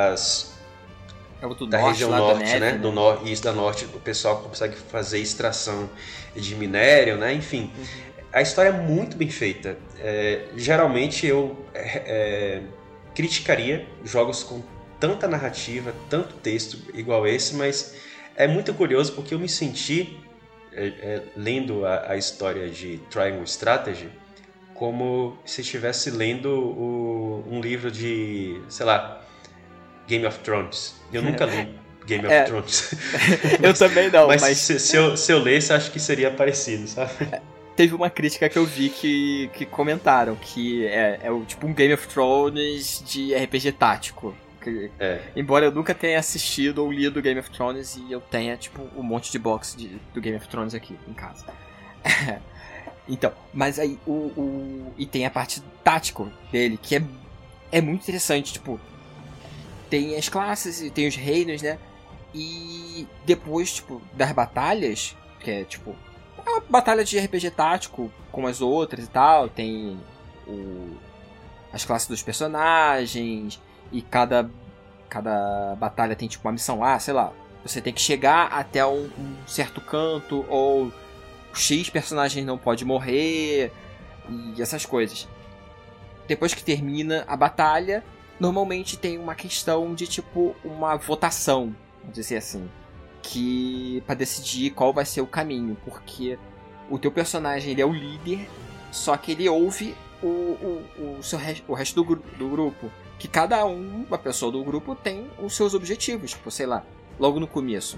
da região norte, da neve, né? Isso da norte, o pessoal consegue fazer extração de minério, né? Enfim, a história é muito bem feita. Geralmente eu criticaria jogos com tanta narrativa, tanto texto igual esse, mas é muito curioso porque eu me senti, lendo a história de Triangle Strategy, como se estivesse lendo um livro de, sei lá, Game of Thrones. Eu nunca li Game of Thrones. Eu também não, mas se eu lesse, acho que seria parecido, sabe? Teve uma crítica que eu vi que comentaram que é tipo um Game of Thrones de RPG tático. Embora eu nunca tenha assistido ou lido Game of Thrones e eu tenha, tipo, um monte de box do Game of Thrones aqui em casa. Então, mas aí e tem a parte tático dele, que é muito interessante, tipo, tem as classes e tem os reinos, né? E depois, tipo, das batalhas, que é, tipo, é uma batalha de RPG tático, como as outras e tal, tem as classes dos personagens, e cada batalha tem, tipo, uma missão lá, sei lá, você tem que chegar até um certo canto, ou X personagem não pode morrer, e essas coisas. Depois que termina a batalha, normalmente tem uma questão de, tipo, uma votação, vamos dizer assim. pra decidir qual vai ser o caminho, porque o teu personagem ele é o líder, só que ele ouve o resto do grupo, que cada uma pessoa do grupo tem os seus objetivos, tipo, sei lá, logo no começo.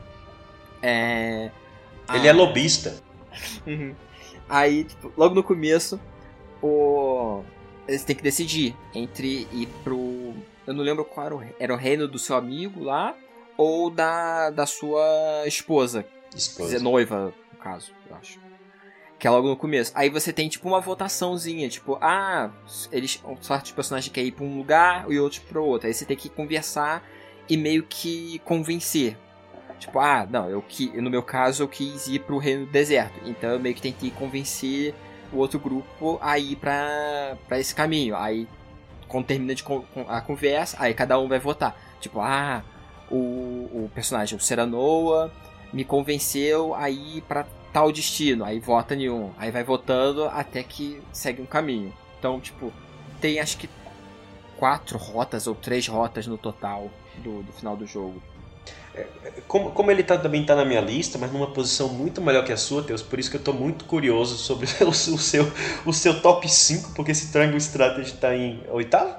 Ele é lobista. Uhum. Aí, tipo, logo no começo, eles têm que decidir entre ir pro... Eu não lembro qual era o reino do seu amigo lá, ou da sua esposa. Quer dizer, noiva, no caso, eu acho. Que é logo no começo. Aí você tem, tipo, uma votaçãozinha. Tipo, certos personagens querem ir pra um lugar e outros pro outro. Aí você tem que conversar e meio que convencer. Tipo, não, no meu caso eu quis ir pro reino do deserto. Então eu meio que tentei convencer o outro grupo a ir pra esse caminho. Aí, quando termina a conversa, aí cada um vai votar. Tipo, o personagem, o Seranoa, me convenceu a ir pra tal destino. Aí vota em um. Aí vai votando até que segue um caminho. Então, tipo, tem acho que 4 rotas ou 3 rotas no total do final do jogo. Como ele também tá na minha lista, mas numa posição muito melhor que a sua, Teus, por isso que eu tô muito curioso sobre o seu top 5, porque esse Triangle Strategy tá em 8º?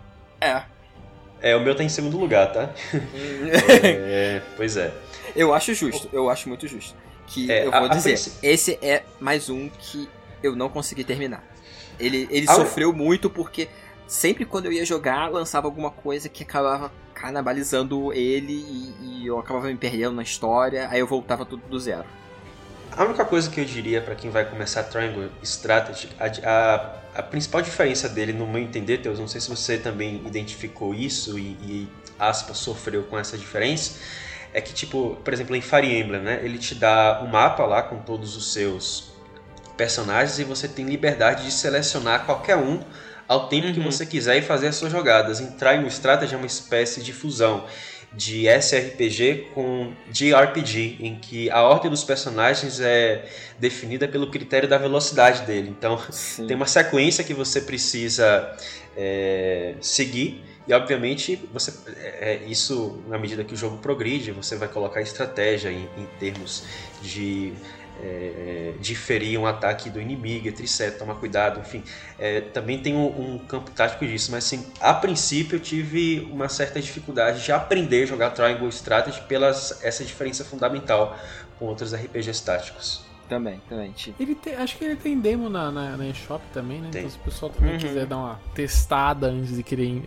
O meu tá em 2º lugar, tá? Pois é. Eu acho justo, eu acho muito justo. Que eu vou dizer, esse é mais um que eu não consegui terminar. Ele sofreu muito porque sempre quando eu ia jogar, lançava alguma coisa que acabava canibalizando ele e eu acabava me perdendo na história, aí eu voltava tudo do zero. A única coisa que eu diria pra quem vai começar Triangle Strategy, a principal diferença dele, no meu entender, Teus, não sei se você também identificou isso e aspas, sofreu com essa diferença, é que, tipo, por exemplo, em Fire Emblem, né, ele te dá um mapa lá com todos os seus personagens e você tem liberdade de selecionar qualquer um ao tempo que você quiser e fazer as suas jogadas. Entrar no Strategy é uma espécie de fusão de SRPG com JRPG, em que a ordem dos personagens é definida pelo critério da velocidade dele. Então, tem uma sequência que você precisa seguir e, obviamente, isso, na medida que o jogo progride, você vai colocar estratégia em termos de diferir um ataque do inimigo, etc, tomar cuidado, enfim, também tem um campo tático disso, mas assim, a princípio eu tive uma certa dificuldade de aprender a jogar Triangle Strategy pela essa diferença fundamental com outros RPGs táticos. Também. Acho que ele tem demo na eShop também, né? Tem. Então se o pessoal também quiser dar uma testada antes de querer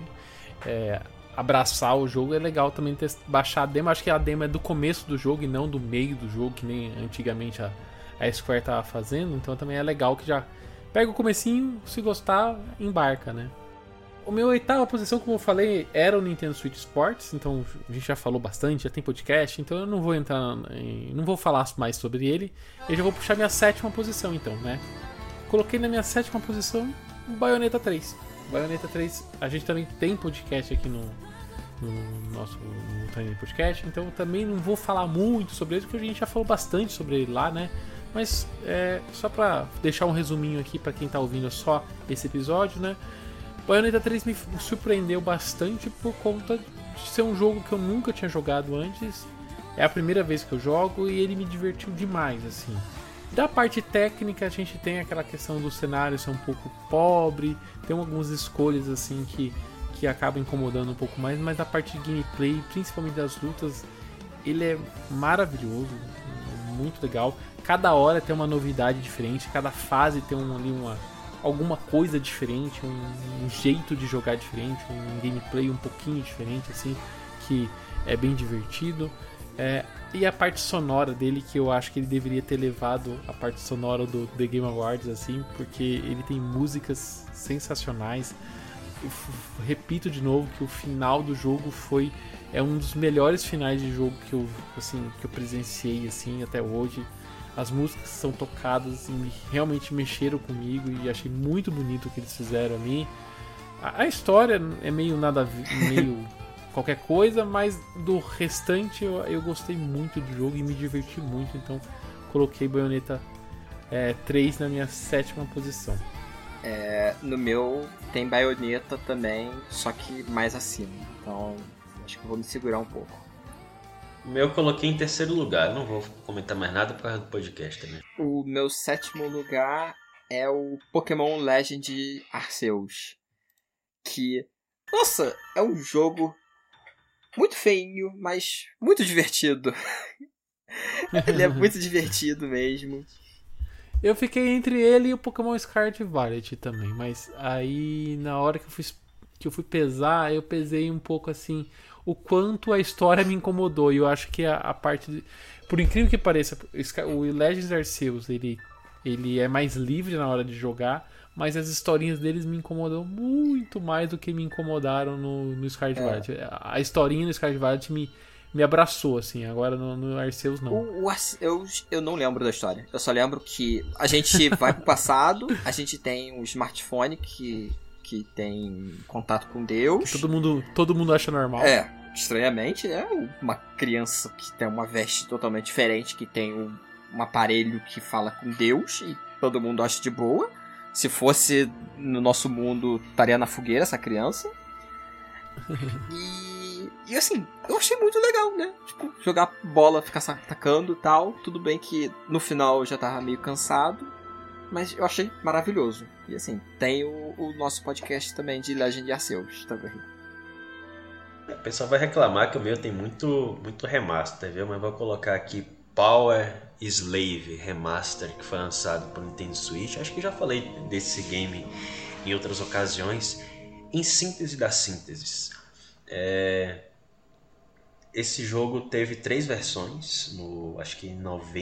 abraçar o jogo, é legal também baixar a demo. Acho que a demo é do começo do jogo e não do meio do jogo, que nem antigamente a Square tava fazendo. Então também é legal que já pega o comecinho, se gostar, embarca, né? O meu 8ª posição, como eu falei, era o Nintendo Switch Sports. Então a gente já falou bastante, já tem podcast, então eu não vou não vou falar mais sobre ele. Eu já vou puxar minha 7ª posição, então, né? Coloquei na minha 7ª posição o Bayonetta 3. Bayonetta 3, a gente também tem podcast aqui no nosso Tiny Podcast, então eu também não vou falar muito sobre ele, porque a gente já falou bastante sobre ele lá, né? Mas só pra deixar um resuminho aqui pra quem tá ouvindo só esse episódio, né? Bayonetta 3 me surpreendeu bastante por conta de ser um jogo que eu nunca tinha jogado antes. É a primeira vez que eu jogo e ele me divertiu demais, assim. Da parte técnica, a gente tem aquela questão do cenário ser um pouco pobre, tem algumas escolhas assim que acabam incomodando um pouco mais, mas da parte de gameplay, principalmente das lutas, ele é maravilhoso, muito legal. Cada hora tem uma novidade diferente, cada fase tem alguma coisa diferente, um jeito de jogar diferente, um gameplay um pouquinho diferente, assim, que é bem divertido. E a parte sonora dele, que eu acho que ele deveria ter levado a parte sonora do The Game Awards, assim, porque ele tem músicas sensacionais. Eu repito de novo que o final do jogo é um dos melhores finais de jogo que eu presenciei, assim, até hoje. As músicas que são tocadas realmente mexeram comigo e achei muito bonito o que eles fizeram ali. A história é meio meio qualquer coisa, mas do restante eu gostei muito do jogo e me diverti muito, então coloquei Bayonetta 3 na minha 7ª posição. No meu tem Bayonetta também, só que mais acima, então acho que eu vou me segurar um pouco. O meu eu coloquei em terceiro lugar. Eu não vou comentar mais nada por causa do podcast também. O meu sétimo lugar é o Pokémon Legend Arceus. Que, nossa, é um jogo muito feinho, mas muito divertido. Ele é muito divertido mesmo. Eu fiquei entre ele e o Pokémon Scarlet Violet também, mas aí na hora que eu fui pesar, eu pesei um pouco assim o quanto a história me incomodou. E eu acho que a parte por incrível que pareça, o Legends Arceus ele é mais livre na hora de jogar, mas as historinhas deles me incomodam muito mais do que me incomodaram no Scarlet Violet. A historinha no Scarlet Violet me abraçou, assim. Agora no Arceus, não. O Arceus, eu não lembro da história. Eu só lembro que a gente vai pro passado, a gente tem um smartphone que tem contato com Deus. Que todo mundo acha normal. Estranhamente, né? Uma criança que tem uma veste totalmente diferente, que tem um aparelho que fala com Deus, e todo mundo acha de boa. Se fosse no nosso mundo, estaria na fogueira essa criança. E assim, eu achei muito legal, né? Tipo, jogar bola, ficar atacando e tal. Tudo bem que no final eu já tava meio cansado, mas eu achei maravilhoso. E assim, tem o nosso podcast também de Legend Arceus também. O pessoal vai reclamar que o meu tem muito remaster, viu? Mas vou colocar aqui Power Slave Remaster, que foi lançado para o Nintendo Switch. Acho que já falei desse game em outras ocasiões. Em síntese das sínteses, esse jogo teve 3 versões, acho que em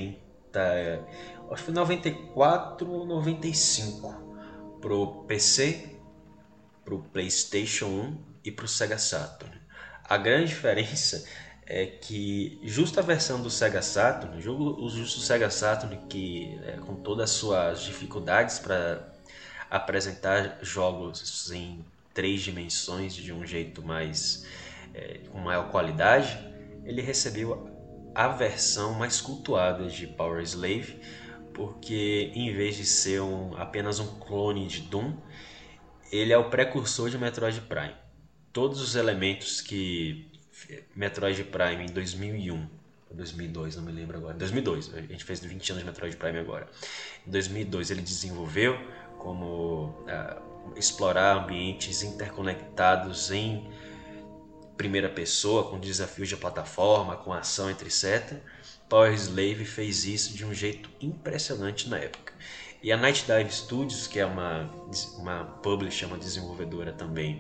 94 ou 95, pro PC, pro PlayStation 1 e pro Sega Saturn. A grande diferença é que justo a versão do Sega Saturn, o Sega Saturn, que com todas as suas dificuldades para apresentar jogos em 3 dimensões de um jeito com maior qualidade, ele recebeu a versão mais cultuada de Power Slave, porque em vez de ser apenas um clone de Doom, ele é o precursor de Metroid Prime. Todos os elementos que Metroid Prime em 2001, 2002, não me lembro agora, 2002, a gente fez 20 anos de Metroid Prime agora. Em 2002 ele desenvolveu, como explorar ambientes interconectados em primeira pessoa, com desafios de plataforma, com ação, etc. Power Slave fez isso de um jeito impressionante na época. E a Night Dive Studios, que é uma publisher, uma desenvolvedora também,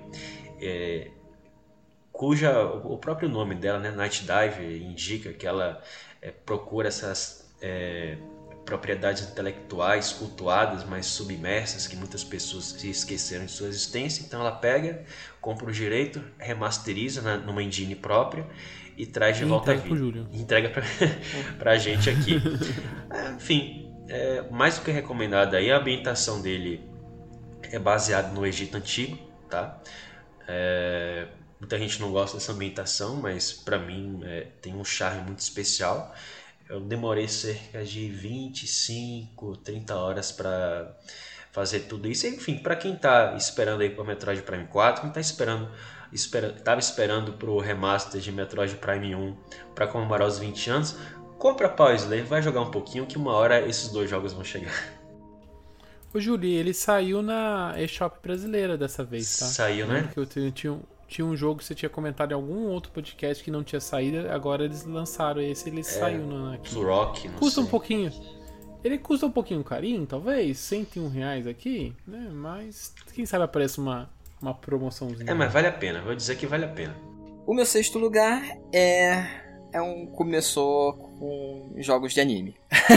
o próprio nome dela, né, Night Dive, indica que ela procura essas propriedades intelectuais cultuadas, mas submersas, que muitas pessoas se esqueceram de sua existência. Então ela pega, compra o direito, remasteriza numa engine própria e traz de volta a vida. E entrega pra gente aqui. Enfim, mais do que recomendado aí. A ambientação dele é baseada no Egito Antigo, tá? Muita gente não gosta dessa ambientação, mas pra mim tem um charme muito especial. Eu demorei cerca de 25, 30 horas para fazer tudo isso. Enfim, para quem tá esperando aí pro Metroid Prime 4, quem tava esperando pro remaster de Metroid Prime 1 para comemorar os 20 anos, compra Power Slave, vai jogar um pouquinho que uma hora esses 2 jogos vão chegar. Ô Juli, ele saiu na eShop brasileira dessa vez, tá? Saiu, né? Porque eu tinha um jogo que você tinha comentado em algum outro podcast que não tinha saído, agora eles lançaram esse, ele saiu aqui. Rock, não custa sei. Um pouquinho. Ele custa um pouquinho carinho, talvez, R$101 aqui, né? Mas quem sabe aparece uma promoçãozinha. Mas vale a pena, vou dizer que vale a pena. O meu 6º lugar começou com jogos de anime.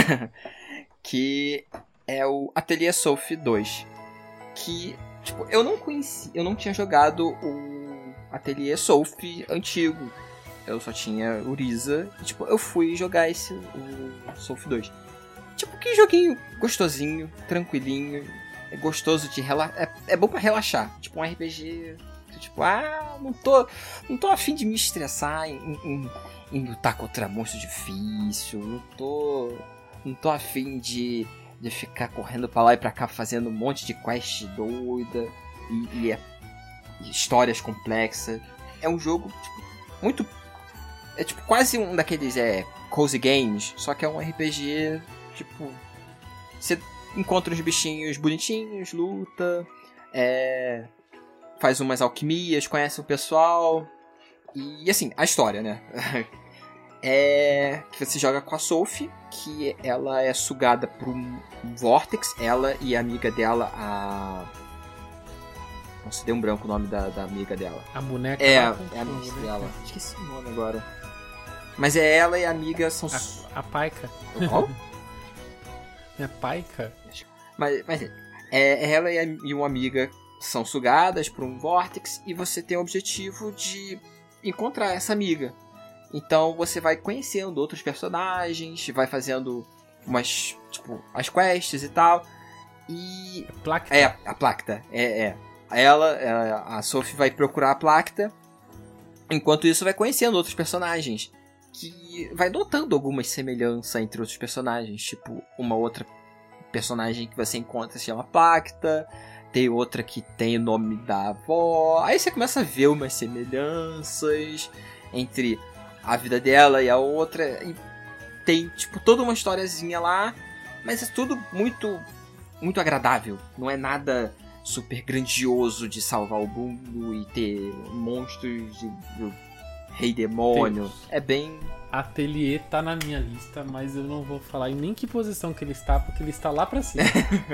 Que é o Atelier Sophie 2. Que, tipo, eu não tinha jogado o Atelier Sophie antigo. Eu só tinha o Risa. E, tipo, eu fui jogar o Sophie 2. Tipo, que joguinho gostosinho, tranquilinho. É gostoso de relaxar. É bom pra relaxar. Tipo, um RPG. Tipo, não tô afim de me estressar em lutar contra monstro difícil. Não tô afim de ficar correndo pra lá e pra cá fazendo um monte de quest doida e histórias complexas. É um jogo, tipo, muito É tipo quase um daqueles cozy games, só que é um RPG, tipo... Você encontra uns bichinhos bonitinhos, luta, faz umas alquimias, conhece o pessoal. E assim, a história, né? Que você joga com a Sophie, que ela é sugada por um vórtex, ela e a amiga dela, a... Nossa, deu um branco o nome da amiga dela. A boneca. É a amiga dela. Esqueci o nome agora. Mas ela e a amiga são... A Paika. Qual? É a Paika? Mas ela e uma amiga são sugadas por um vórtex e você tem o objetivo de encontrar essa amiga. Então você vai conhecendo outros personagens, vai fazendo umas, tipo, as quests e tal. E... Placta. A Placta. A Sophie vai procurar a Placta. Enquanto isso vai conhecendo outros personagens. Que vai notando algumas semelhanças entre outros personagens. Tipo, uma outra personagem que você encontra se chama Placta. Tem outra que tem o nome da avó. Aí você começa a ver umas semelhanças entre a vida dela e a outra. E tem, tipo, toda uma historiazinha lá. Mas é tudo muito, muito agradável. Não é nada super grandioso de salvar o mundo e ter monstros de rei demônio. É bem... Atelier tá na minha lista, mas eu não vou falar em nem que posição que ele está, porque ele está lá pra cima.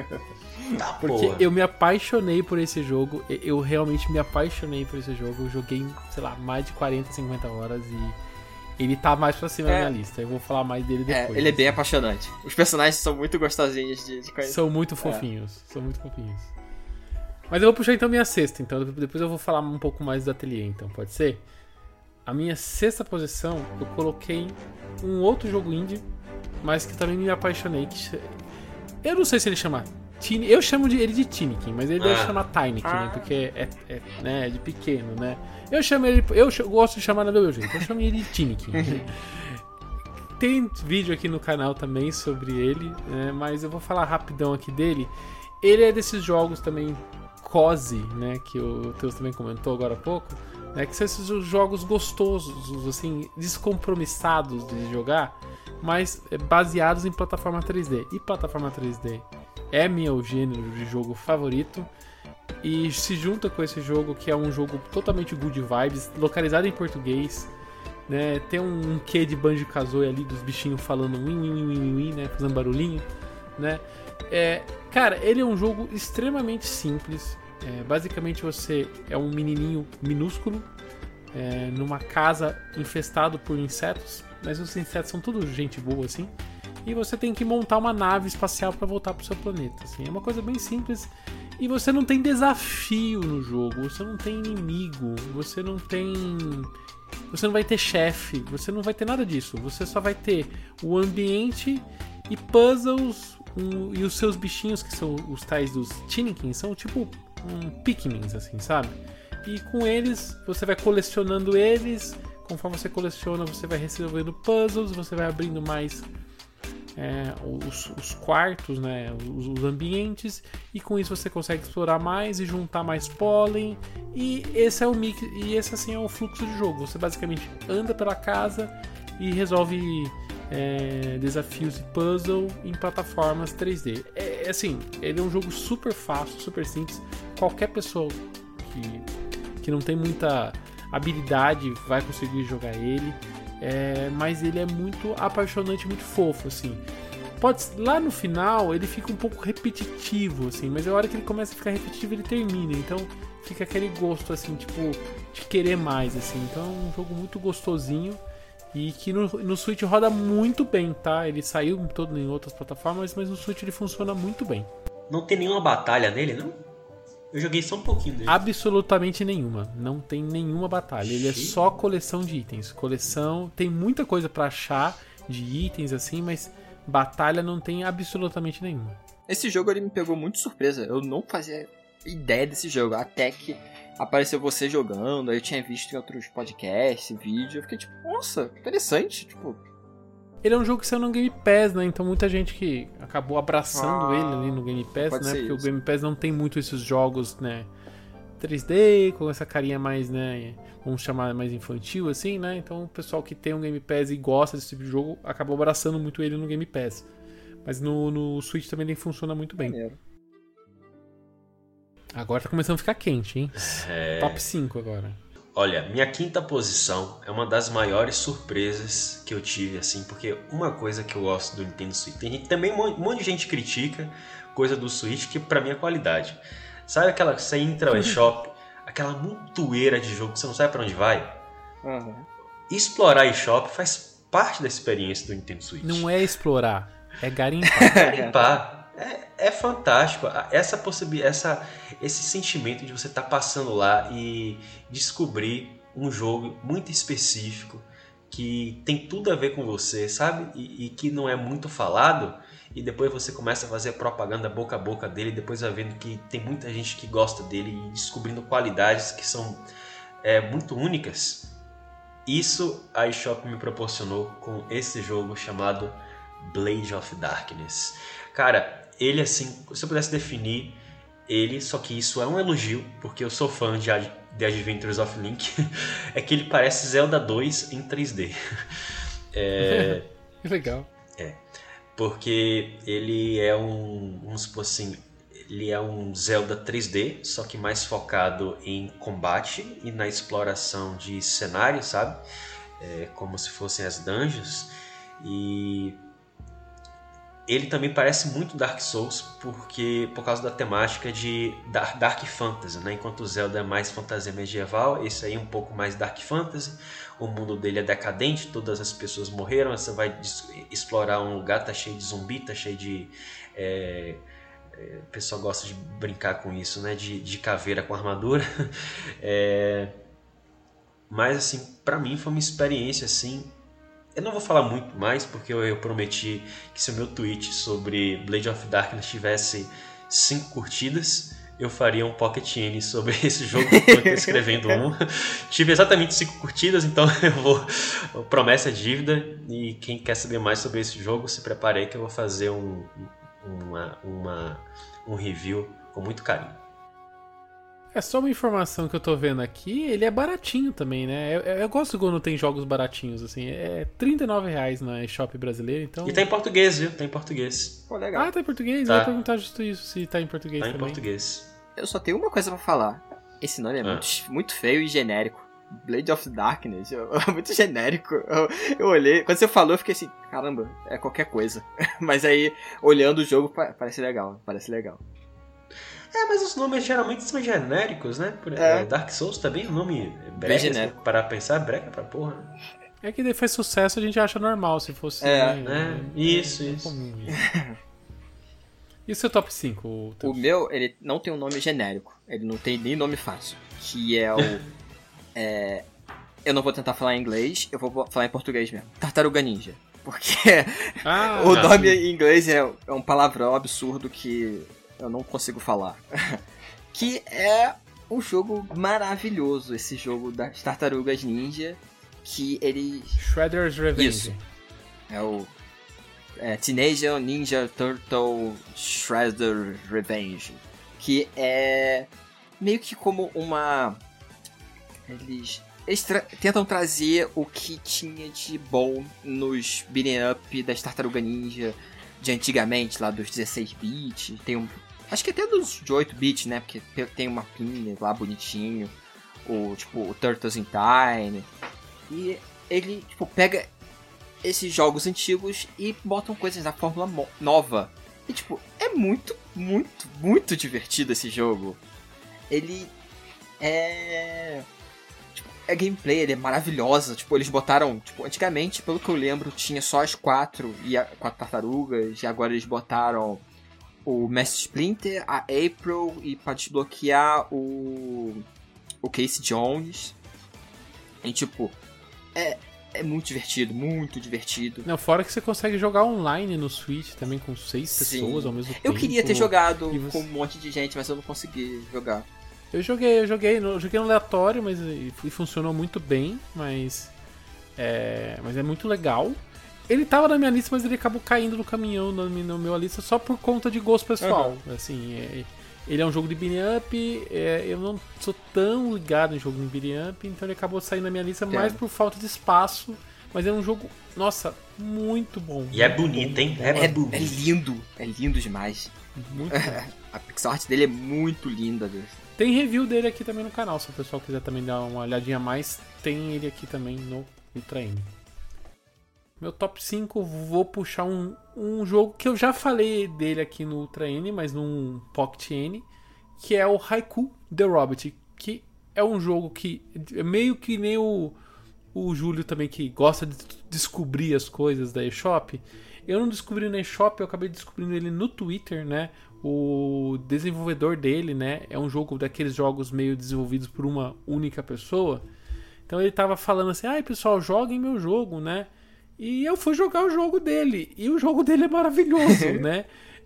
Porque eu me apaixonei por esse jogo, eu realmente me apaixonei por esse jogo. Eu joguei, sei lá, mais de 40, 50 horas e ele tá mais pra cima da minha lista. Eu vou falar mais dele depois. Ele é bem apaixonante. Os personagens são muito gostosinhos de conhecer. São muito fofinhos, são muito fofinhos. Mas eu vou puxar então minha sexta, então depois eu vou falar um pouco mais do Atelier, então, pode ser? A minha sexta posição, eu coloquei um outro jogo indie, mas que também me apaixonei. Eu não sei se ele chama Tiny, eu chamo ele de Tinykin, mas ele deve chamar Tinykin, né? Porque é de pequeno, né? Eu gosto de chamar do meu jeito, eu chamo ele de Tinykin. Tem vídeo aqui no canal também sobre ele, né? Mas eu vou falar rapidão aqui dele. Ele é desses jogos também cozy, né? Que o Teus também comentou agora há pouco. Que são esses jogos gostosos, assim, descompromissados de jogar, mas baseados em plataforma 3D. E plataforma 3D é meu gênero de jogo favorito. E se junta com esse jogo, que é um jogo totalmente good vibes, localizado em português, né? Tem um quê de Banjo-Kazooie ali, dos bichinhos falando win, né? Fazendo barulhinho, né? Cara, ele é um jogo extremamente simples. Basicamente você é um menininho minúsculo numa casa infestado por insetos, mas os insetos são tudo gente boa assim, e você tem que montar uma nave espacial para voltar pro seu planeta, assim. É uma coisa bem simples e você não tem desafio no jogo, você não tem inimigo, você não vai ter chefe, você não vai ter nada disso, você só vai ter o ambiente e puzzles, e os seus bichinhos, que são os tais dos Tinykin, são tipo Pikmins, assim, sabe? E com eles, você vai colecionando eles. Conforme você coleciona, você vai resolvendo puzzles, você vai abrindo mais os quartos, né? Os ambientes. E com isso você consegue explorar mais e juntar mais pólen. E esse é o mix. E esse, assim, é o fluxo de jogo. Você basicamente anda pela casa e resolve desafios e puzzle em plataformas 3D. Assim, ele é um jogo super fácil, super simples. Qualquer pessoa que não tem muita habilidade vai conseguir jogar ele. Mas ele é muito apaixonante, muito fofo, assim. Lá no final ele fica um pouco repetitivo, assim, mas a hora que ele começa a ficar repetitivo ele termina, então fica aquele gosto, assim, tipo, de querer mais, assim. Então é um jogo muito gostosinho e que no Switch roda muito bem, tá? Ele saiu em outras plataformas, mas no Switch ele funciona muito bem. Não tem nenhuma batalha nele, não? Eu joguei só um pouquinho dele. Absolutamente nenhuma. Não tem nenhuma batalha. Ele é só coleção de itens. Tem muita coisa pra achar de itens, assim, mas batalha não tem absolutamente nenhuma. Esse jogo ele me pegou muito de surpresa. Eu não fazia ideia desse jogo. Até que apareceu você jogando. Aí eu tinha visto em outros podcasts, vídeos. Eu fiquei tipo, nossa, interessante. Tipo... Ele é um jogo que saiu no Game Pass, né? Então muita gente que acabou abraçando ele ali no Game Pass, né? Porque isso. O Game Pass não tem muito esses jogos, né? 3D, com essa carinha mais, né, vamos chamar mais infantil, assim, né? Então o pessoal que tem um Game Pass e gosta desse tipo de jogo acabou abraçando muito ele no Game Pass. Mas no Switch também ele funciona muito bem. Maneiro. Agora tá começando a ficar quente, hein? Top 5 agora. Olha, minha quinta posição é uma das maiores surpresas que eu tive, assim, porque uma coisa que eu gosto do Nintendo Switch, tem gente, também um monte de gente critica coisa do Switch que pra mim é qualidade. Sabe aquela que você entra no eShop, aquela montoeira de jogo que você não sabe pra onde vai? Uhum. Explorar eShop faz parte da experiência do Nintendo Switch. Não é explorar, é garimpar. Garimpar. É fantástico esse sentimento de você estar passando lá e descobrir um jogo muito específico que tem tudo a ver com você, sabe? E que não é muito falado, e depois você começa a fazer propaganda boca a boca dele, e depois vai vendo que tem muita gente que gosta dele e descobrindo qualidades que são muito únicas. Isso a eShop me proporcionou com esse jogo chamado Blade of Darkness. Cara, ele, assim, se eu pudesse definir ele, só que isso é um elogio, porque eu sou fã de The Adventures of Link, é que ele parece Zelda 2 em 3D. Que legal. Porque ele é vamos supor assim, ele é um Zelda 3D, só que mais focado em combate e na exploração de cenários, sabe? Como se fossem as dungeons. E ele também parece muito Dark Souls por causa da temática de Dark Fantasy, né? Enquanto o Zelda é mais fantasia medieval, esse aí é um pouco mais Dark Fantasy. O mundo dele é decadente, todas as pessoas morreram, você vai explorar um lugar, tá cheio de zumbi, tá cheio de... o pessoal gosta de brincar com isso, né? De caveira com armadura. Mas assim, pra mim foi uma experiência assim... Eu não vou falar muito mais, porque eu prometi que se o meu tweet sobre Blade of Darkness tivesse 5 curtidas, eu faria um Pocket N sobre esse jogo, que eu estou escrevendo um. Tive exatamente 5 curtidas, então eu vou... Promessa é dívida, e quem quer saber mais sobre esse jogo, se prepare aí que eu vou fazer um review com muito carinho. É só uma informação que eu tô vendo aqui, ele é baratinho também, né? Eu gosto quando tem jogos baratinhos, assim. É R$39 na eShop brasileira, então... E tá em português, viu? Tá em português. Pô, legal. Ah, tá em português? Tá. Eu ia perguntar justo isso, se tá em português Tá também. em português. Eu só tenho uma coisa pra falar. Esse nome é muito feio e genérico. Blade of Darkness. É muito genérico. Eu olhei... Quando você falou, eu fiquei assim... Caramba, é qualquer coisa. Mas aí, olhando o jogo, parece legal. Parece legal. Mas os nomes geralmente são genéricos, né? Dark Souls também, o nome brega, genérico. Para pensar, brega pra porra. É que daí faz sucesso, a gente acha normal, se fosse... Isso. Comum, E o seu top 5? O meu, ele não tem um nome genérico. Ele não tem nem nome fácil. Que é o... eu não vou tentar falar em inglês, eu vou falar em português mesmo. Tartaruga Ninja. Porque o nome em inglês é um palavrão absurdo que eu não consigo falar. Que é um jogo maravilhoso, esse jogo das Tartarugas Ninja. Que ele... Shredder's Revenge. Isso. É o... Teenage Ninja Turtle Shredder Revenge. Que é meio que como uma... Eles tentam trazer o que tinha de bom nos beat'em up das Tartaruga Ninja de antigamente, lá dos 16-bit. Tem acho que até dos de 8-bit, né? Porque tem um mapinha lá bonitinho. O Turtles in Time. E ele, pega esses jogos antigos e botam coisas da fórmula nova. E, é muito, muito, muito divertido esse jogo. Ele a gameplay, ele é maravilhosa. Eles botaram... antigamente, pelo que eu lembro, tinha só as 4 tartarugas. E agora eles botaram o Mestre Splinter, a April e pra desbloquear o Casey Jones. E, é muito divertido, muito divertido. Não, fora que você consegue jogar online no Switch também com 6 pessoas ao mesmo tempo. Eu queria ter jogado com um monte de gente, mas eu não consegui jogar. Eu joguei no aleatório, mas funcionou muito bem, mas é muito legal. Ele tava na minha lista, mas ele acabou caindo no caminhão na minha lista só por conta de gosto pessoal. Assim, Ele é um jogo de beat'em up, eu não sou tão ligado em jogo de beat'em up, então ele acabou saindo na minha lista mais por falta de espaço, mas é um jogo, nossa, muito bom. E é bonito, hein? É lindo demais. Muito bom. A pixel art dele é muito linda, Deus. Tem review dele aqui também no canal, se o pessoal quiser também dar uma olhadinha a mais, tem ele aqui também no Ultra N. Meu top 5, vou puxar um jogo que eu já falei dele aqui no Ultra N, mas num Pocket N, que é o Haiku The Robot, que é um jogo que é meio que nem o Júlio também, que gosta de descobrir as coisas da eShop. Eu não descobri na eShop, eu acabei descobrindo ele no Twitter, né? O desenvolvedor dele, né? É um jogo daqueles jogos meio desenvolvidos por uma única pessoa. Então ele tava falando assim, ai pessoal, joguem meu jogo, né? E eu fui jogar o jogo dele. E o jogo dele é maravilhoso, né?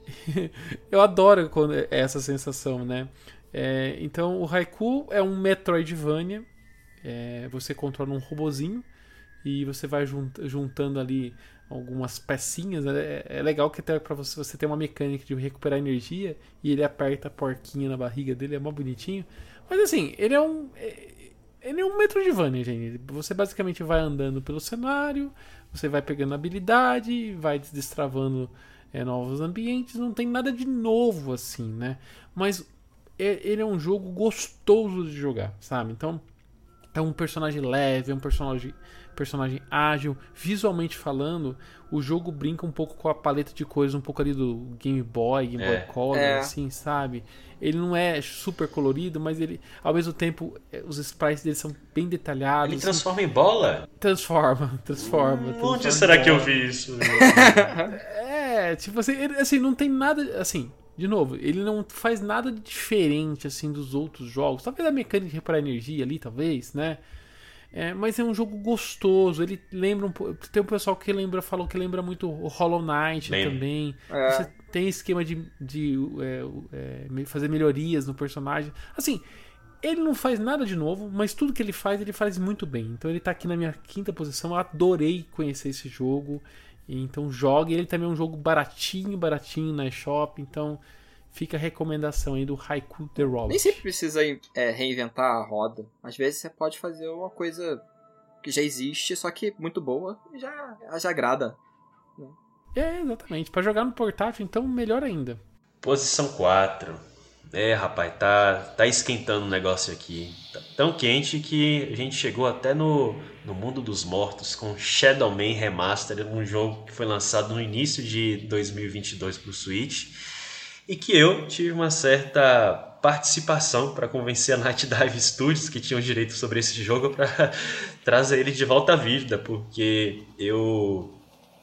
Eu adoro essa sensação, né? Então o Haiku é um Metroidvania. Você controla um robozinho e você vai juntando ali algumas pecinhas. É legal que até pra você ter uma mecânica de recuperar energia e ele aperta a porquinha na barriga dele, é mó bonitinho. Mas assim, ele é um Metroidvania, gente. Você basicamente vai andando pelo cenário, você vai pegando habilidade, vai destravando novos ambientes, não tem nada de novo assim, né? Mas ele é um jogo gostoso de jogar, sabe? Então é um personagem leve, é um personagem ágil. Visualmente falando, o jogo brinca um pouco com a paleta de cores, um pouco ali do Game Boy Color, assim, sabe? Ele não é super colorido, mas ele, ao mesmo tempo, os sprites dele são bem detalhados. Ele transforma em bola? Transforma. Onde será que eu vi isso? Tipo assim, não tem nada, assim, de novo, ele não faz nada de diferente, assim, dos outros jogos. Talvez a mecânica de reparar energia ali, talvez, né? Mas é um jogo gostoso. Ele lembra um pouco. Tem um pessoal que falou que lembra muito o Hollow Knight também. Você tem esquema de fazer melhorias no personagem. Assim, ele não faz nada de novo, mas tudo que ele faz muito bem. Então ele tá aqui na minha 5ª posição. Eu adorei conhecer esse jogo. Então jogue. Ele também é um jogo baratinho na eShop. Então fica a recomendação aí do Haiku The Robot. Nem sempre precisa reinventar a roda. Às vezes você pode fazer uma coisa que já existe, só que muito boa e já agrada. Exatamente. Pra jogar no portátil, então melhor ainda. Posição 4. Rapaz, tá esquentando o negócio aqui. Tá tão quente que a gente chegou até no mundo dos mortos com Shadow Man Remastered, um jogo que foi lançado no início de 2022 pro Switch. E que eu tive uma certa participação para convencer a Night Dive Studios, que tinham direito sobre esse jogo, para trazer ele de volta à vida, porque eu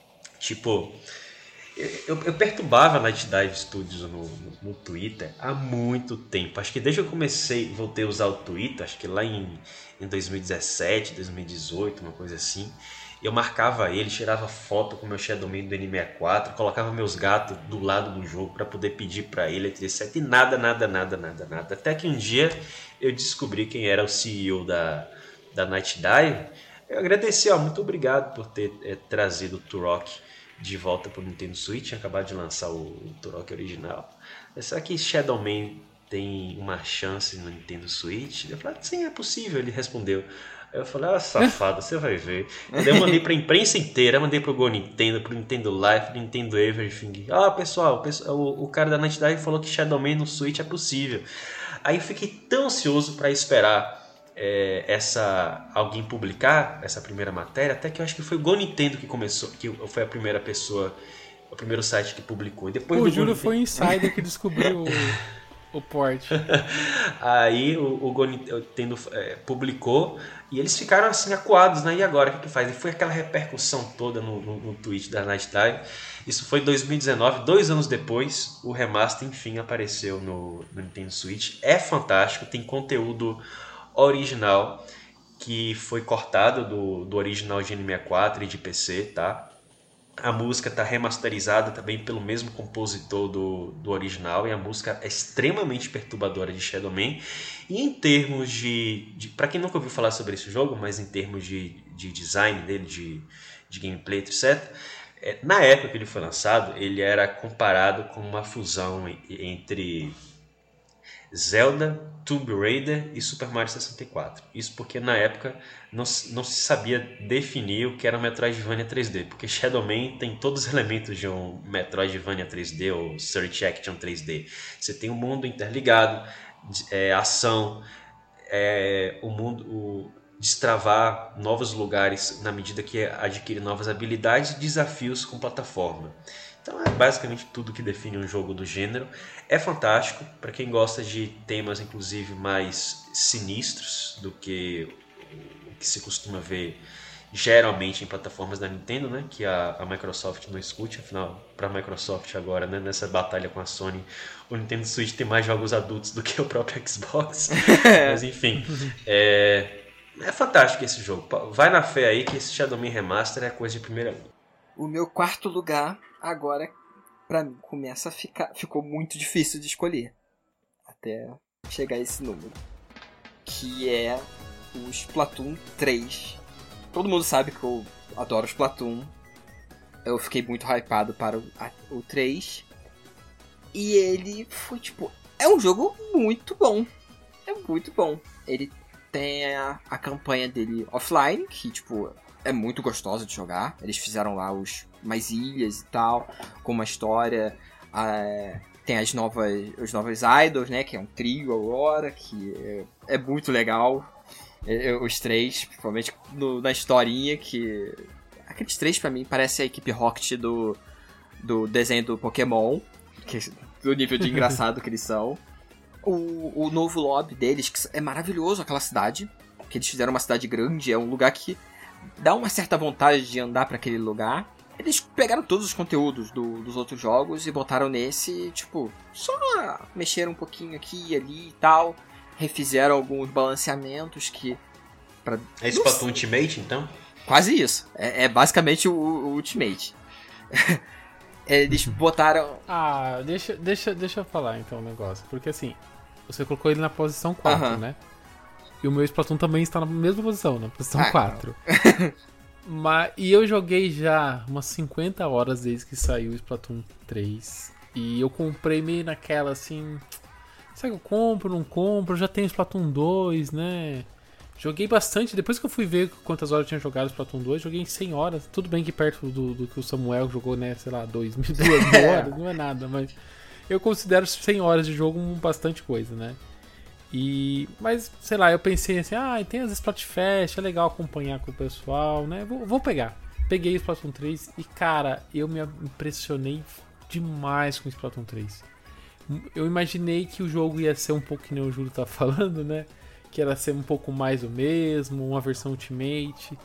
perturbava a Night Dive Studios no Twitter há muito tempo. Acho que desde que eu voltei a usar o Twitter, acho que lá em 2017, 2018, uma coisa assim. Eu marcava ele, tirava foto com o meu Shadow Man do N64, colocava meus gatos do lado do jogo para poder pedir para ele, etc. E nada. Até que um dia eu descobri quem era o CEO da Night Dive. Eu agradeci, muito obrigado por ter trazido o Turok de volta para o Nintendo Switch. Tinha acabado de lançar o Turok original. Será que Shadow Man tem uma chance no Nintendo Switch? Eu falei, sim, é possível. Ele respondeu. Eu falei, safado, você vai ver. Daí eu mandei pra imprensa inteira, mandei pro Go Nintendo, pro Nintendo Life, pro Nintendo Everything. Pessoal, o cara da Night Dive falou que Shadow Man no Switch é possível. Aí eu fiquei tão ansioso pra esperar alguém publicar essa primeira matéria, até que eu acho que foi o Go Nintendo que começou, que foi a primeira pessoa, o primeiro site que publicou. E depois o Júlio foi o insider que descobriu o port. Aí o Go Nintendo publicou e eles ficaram assim acuados, né? E agora, o que faz? E foi aquela repercussão toda no tweet da Night Dive. Isso foi em 2019, 2 anos depois, o remaster enfim apareceu no Nintendo Switch. É fantástico, tem conteúdo original que foi cortado do original de N64 e de PC, tá? A música está remasterizada também pelo mesmo compositor do original, e a música é extremamente perturbadora de Shadow Man. E em termos para quem nunca ouviu falar sobre esse jogo, mas em termos de design dele, de gameplay, etc., na época que ele foi lançado, ele era comparado com uma fusão entre Zelda, Tomb Raider e Super Mario 64. Isso porque na época não se sabia definir o que era um Metroidvania 3D, porque Shadow Man tem todos os elementos de um Metroidvania 3D ou Search Action 3D. Você tem um mundo interligado, ação, o mundo... destravar novos lugares na medida que adquire novas habilidades e desafios com plataforma. Então é basicamente tudo que define um jogo do gênero. É fantástico para quem gosta de temas inclusive mais sinistros do que o que se costuma ver geralmente em plataformas da Nintendo, né? Que a Microsoft não escute, afinal, para a Microsoft agora, né? Nessa batalha com a Sony, o Nintendo Switch tem mais jogos adultos do que o próprio Xbox. Mas enfim, é fantástico esse jogo. Vai na fé aí que esse Shadow Man Remaster é coisa de primeira linha. O meu quarto lugar, agora, pra mim, ficou muito difícil de escolher. Até chegar a esse número. Que é o Splatoon 3. Todo mundo sabe que eu adoro o Splatoon. Eu fiquei muito hypado para o 3. E ele foi, é um jogo muito bom. É muito bom. Ele tem a campanha dele offline, que, é muito gostosa de jogar. Eles fizeram lá mais ilhas e tal, com uma história. Tem os novos idols, né? Que é um trio agora, que é muito legal. Os três, principalmente na historinha, que... Aqueles três, pra mim, parecem a equipe Rocket do desenho do Pokémon, do nível de engraçado que eles são. O novo lobby deles, que é maravilhoso, aquela cidade, que eles fizeram uma cidade grande, é um lugar que dá uma certa vontade de andar para aquele lugar. Eles pegaram todos os conteúdos dos outros jogos e botaram nesse, só mexeram um pouquinho aqui e ali e tal, refizeram alguns balanceamentos que... É Splatoon Ultimate, então? Quase isso, é basicamente o Ultimate. Eles botaram... Deixa eu falar então o negócio, porque assim, você colocou ele na posição 4, né? E o meu Splatoon também está na mesma posição, na posição 4. E eu joguei já umas 50 horas desde que saiu o Splatoon 3. E eu comprei meio naquela assim... Será que eu compro, não compro? Eu já tenho Splatoon 2, né? Joguei bastante. Depois que eu fui ver quantas horas eu tinha jogado Splatoon 2, joguei em 100 horas. Tudo bem que perto do que o Samuel jogou, né? Sei lá, 2.000 horas. Não é nada, mas... Eu considero 100 horas de jogo bastante coisa, né? Mas, sei lá, eu pensei assim, tem as Splatfest, é legal acompanhar com o pessoal, né? Vou pegar. Peguei o Splatoon 3 e, cara, eu me impressionei demais com o Splatoon 3. Eu imaginei que o jogo ia ser um pouco que nem o Júlio tá falando, né? Que era ser um pouco mais o mesmo, uma versão Ultimate.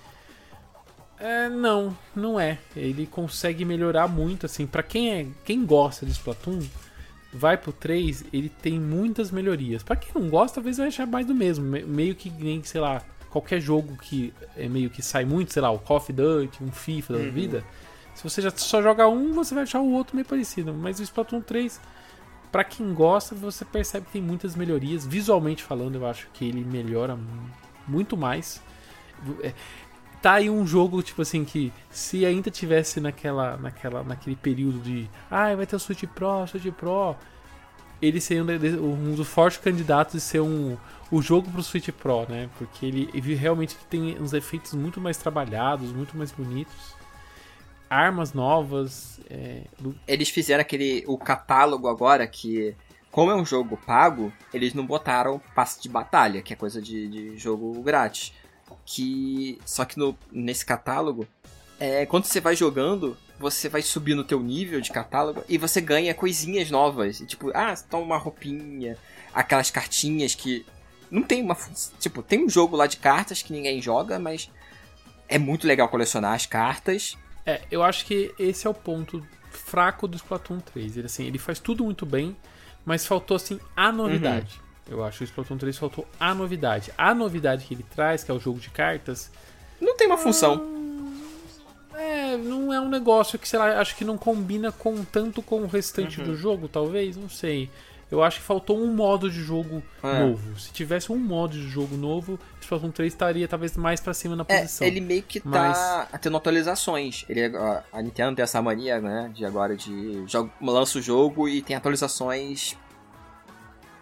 Não é. Ele consegue melhorar muito, assim. Pra quem gosta de Splatoon... Vai pro 3, ele tem muitas melhorias. Pra quem não gosta, talvez vai achar mais do mesmo. Meio que nem, sei lá, qualquer jogo que meio que sai muito, sei lá, o Call of Duty, um FIFA da vida. Se você já só joga um, você vai achar o outro meio parecido. Mas o Splatoon 3, pra quem gosta, você percebe que tem muitas melhorias. Visualmente falando, eu acho que ele melhora muito mais. Tá aí um jogo, que se ainda tivesse naquele período de vai ter o Switch Pro, ele seria um dos fortes candidatos de ser o jogo pro Switch Pro, né? Porque ele realmente tem uns efeitos muito mais trabalhados, muito mais bonitos. Armas novas. Eles fizeram o catálogo agora, que como é um jogo pago, eles não botaram passe de batalha, que é coisa de jogo grátis. Só que nesse catálogo, quando você vai jogando, você vai subindo o teu nível de catálogo e você ganha coisinhas novas. E, você toma uma roupinha, aquelas cartinhas que não tem uma... tem um jogo lá de cartas que ninguém joga, mas é muito legal colecionar as cartas. Eu acho que esse é o ponto fraco do Splatoon 3. Ele faz tudo muito bem, mas faltou, a novidade. Eu acho que o Splatoon 3 faltou a novidade. A novidade que ele traz, que é o jogo de cartas... Não tem uma função. Não é um negócio que, sei lá, acho que não combina tanto com o restante do jogo, talvez, não sei. Eu acho que faltou um modo de jogo novo. Se tivesse um modo de jogo novo, o Splatoon 3 estaria talvez mais pra cima na posição. Ele meio que tá tendo atualizações. A Nintendo tem essa mania, né, de agora lança o jogo e tem atualizações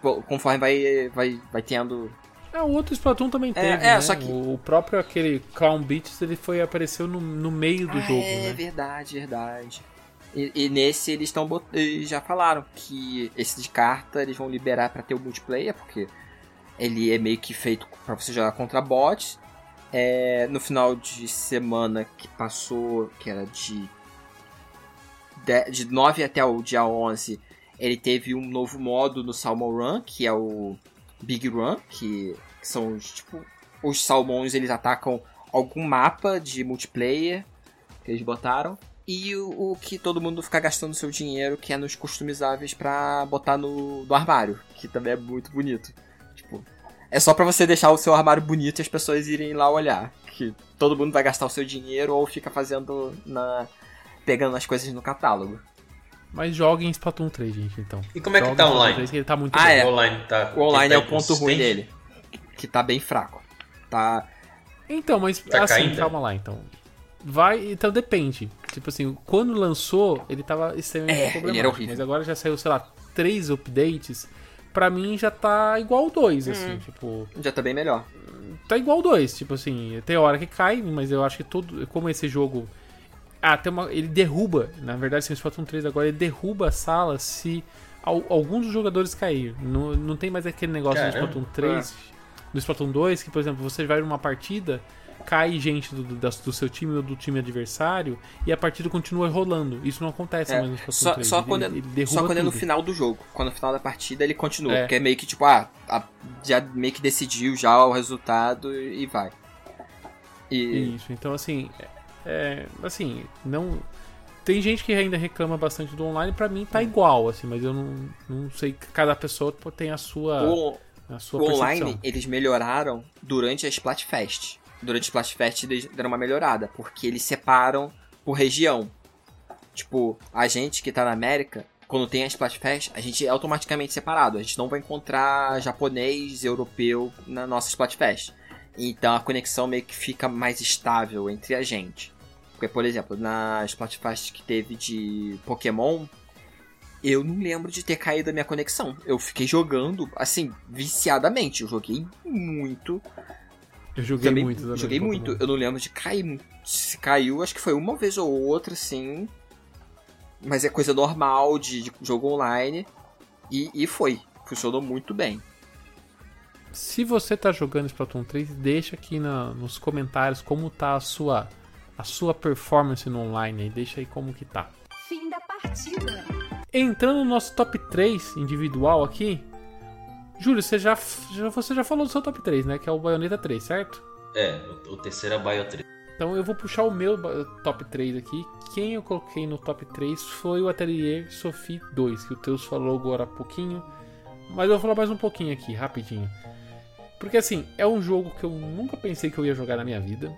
conforme vai tendo... O outro Splatoon também teve, né? Só que... O próprio aquele Clown Beats, ele apareceu no meio do jogo, né? É verdade. E nesse eles já falaram que esse de carta eles vão liberar pra ter o multiplayer, porque ele é meio que feito pra você jogar contra bots. No final de semana que passou, que era de 9 até o dia 11, ele teve um novo modo no Salmon Run, que é o Big Run, que são os salmões, eles atacam algum mapa de multiplayer que eles botaram. E o que todo mundo fica gastando seu dinheiro, que é nos customizáveis pra botar no armário, que também é muito bonito. É só pra você deixar o seu armário bonito e as pessoas irem lá olhar. Que todo mundo vai gastar o seu dinheiro ou fica fazendo pegando as coisas no catálogo. Mas joguem Splatoon 3, gente, então. E como é que tá online? 3, que ele tá muito bem. O online tá... O online tá é o ponto ruim dele. Que tá bem fraco. Tá... Então, mas Tá assim, caindo? calma lá, então. Então depende. Tipo assim, quando lançou, ele tava extremamente problemático. ele era horrível. Mas agora já saiu, sei lá, 3 updates. Pra mim já tá igual o 2, assim, tipo... Já tá bem melhor. Tá igual o 2, tipo assim, tem hora que cai, mas eu acho que como esse jogo... ele derruba, na verdade, o Splatoon 3 agora, ele derruba a sala se alguns dos jogadores caírem. Não tem mais aquele negócio do Splatoon 3, do Splatoon 2, que, por exemplo, você vai numa partida, cai gente do seu time ou do time adversário, e a partida continua rolando. Isso não acontece mais no Splatoon 3. Só quando é no final do jogo. Quando no final da partida ele continua. Porque é meio que já meio que decidiu já o resultado e vai. Isso, então assim... assim, não... Tem gente que ainda reclama bastante do online, pra mim tá igual, assim, mas eu não sei, cada pessoa tem a sua O percepção. online, eles melhoraram durante a Splatfest. Durante a Splatfest eles deram uma melhorada, porque eles separam por região. Tipo, a gente que tá na América, quando tem a Splatfest, a gente é automaticamente separado. A gente não vai encontrar japonês, europeu na nossa Splatfest. Então a conexão meio que fica mais estável entre a gente. Porque, por exemplo, na Splatfest que teve de Pokémon, eu não lembro de ter caído a minha conexão. Eu fiquei jogando, assim, viciadamente. Eu joguei muito. Eu joguei muito também. Joguei muito. Eu não lembro de cair. Se caiu, acho que foi uma vez ou outra, assim. Mas é coisa normal de jogo online. E foi. Funcionou muito bem. Se você tá jogando Splatoon 3, deixa aqui nos comentários como tá a sua performance no online. Deixa aí como que tá. Fim da partida. Entrando no nosso top 3 individual aqui. Júlio, você já falou do seu top 3, né? Que é o Bayonetta 3, certo? O terceiro é Bayo 3. Então eu vou puxar o meu top 3 aqui. Quem eu coloquei no top 3 foi o Atelier Sophie 2, que o Teus falou agora há pouquinho. Mas eu vou falar mais um pouquinho aqui, rapidinho. Porque assim, é um jogo que eu nunca pensei que eu ia jogar na minha vida.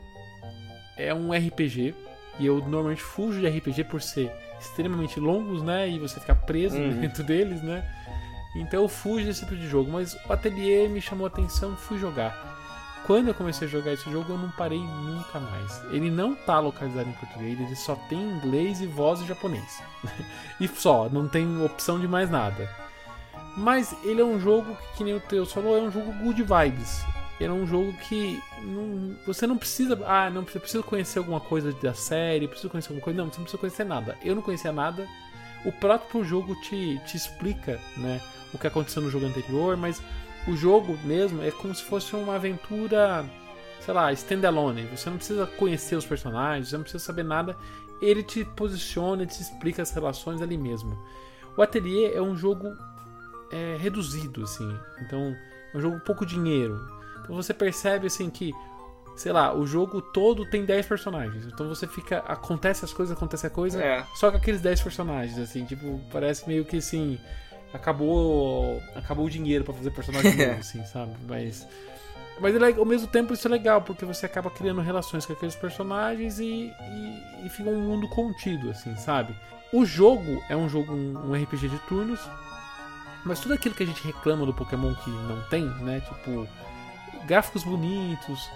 É um RPG. E eu normalmente fujo de RPG por ser extremamente longos, né? E você ficar preso dentro deles, né? Então eu fujo desse tipo de jogo. Mas o Atelier me chamou a atenção e fui jogar. Quando eu comecei a jogar esse jogo, eu não parei nunca mais. Ele não tá localizado em português, ele só tem inglês e voz em japonês. E só, não tem opção de mais nada. Mas ele é um jogo que nem o Teus falou, é um jogo good vibes. Ele é um jogo que você não precisa... você precisa conhecer alguma coisa da série, precisa conhecer alguma coisa... Não, você não precisa conhecer nada. Eu não conhecia nada. O próprio jogo te explica, né, o que aconteceu no jogo anterior, mas o jogo mesmo é como se fosse uma aventura, sei lá, standalone. Você não precisa conhecer os personagens, você não precisa saber nada. Ele te posiciona, te explica as relações ali mesmo. O Atelier é um jogo reduzido, assim. Então, é um jogo com pouco dinheiro. Então você percebe, assim, que, sei lá, o jogo todo tem 10 personagens. Então você fica... Acontece a coisa, só com aqueles 10 personagens, assim. Tipo, parece meio que, assim... Acabou o dinheiro pra fazer personagem novo, assim, sabe? Mas ao mesmo tempo isso é legal, porque você acaba criando relações com aqueles personagens e fica um mundo contido, assim, sabe? O jogo é um jogo, um RPG de turnos, mas tudo aquilo que a gente reclama do Pokémon que não tem, né? Tipo, gráficos bonitos,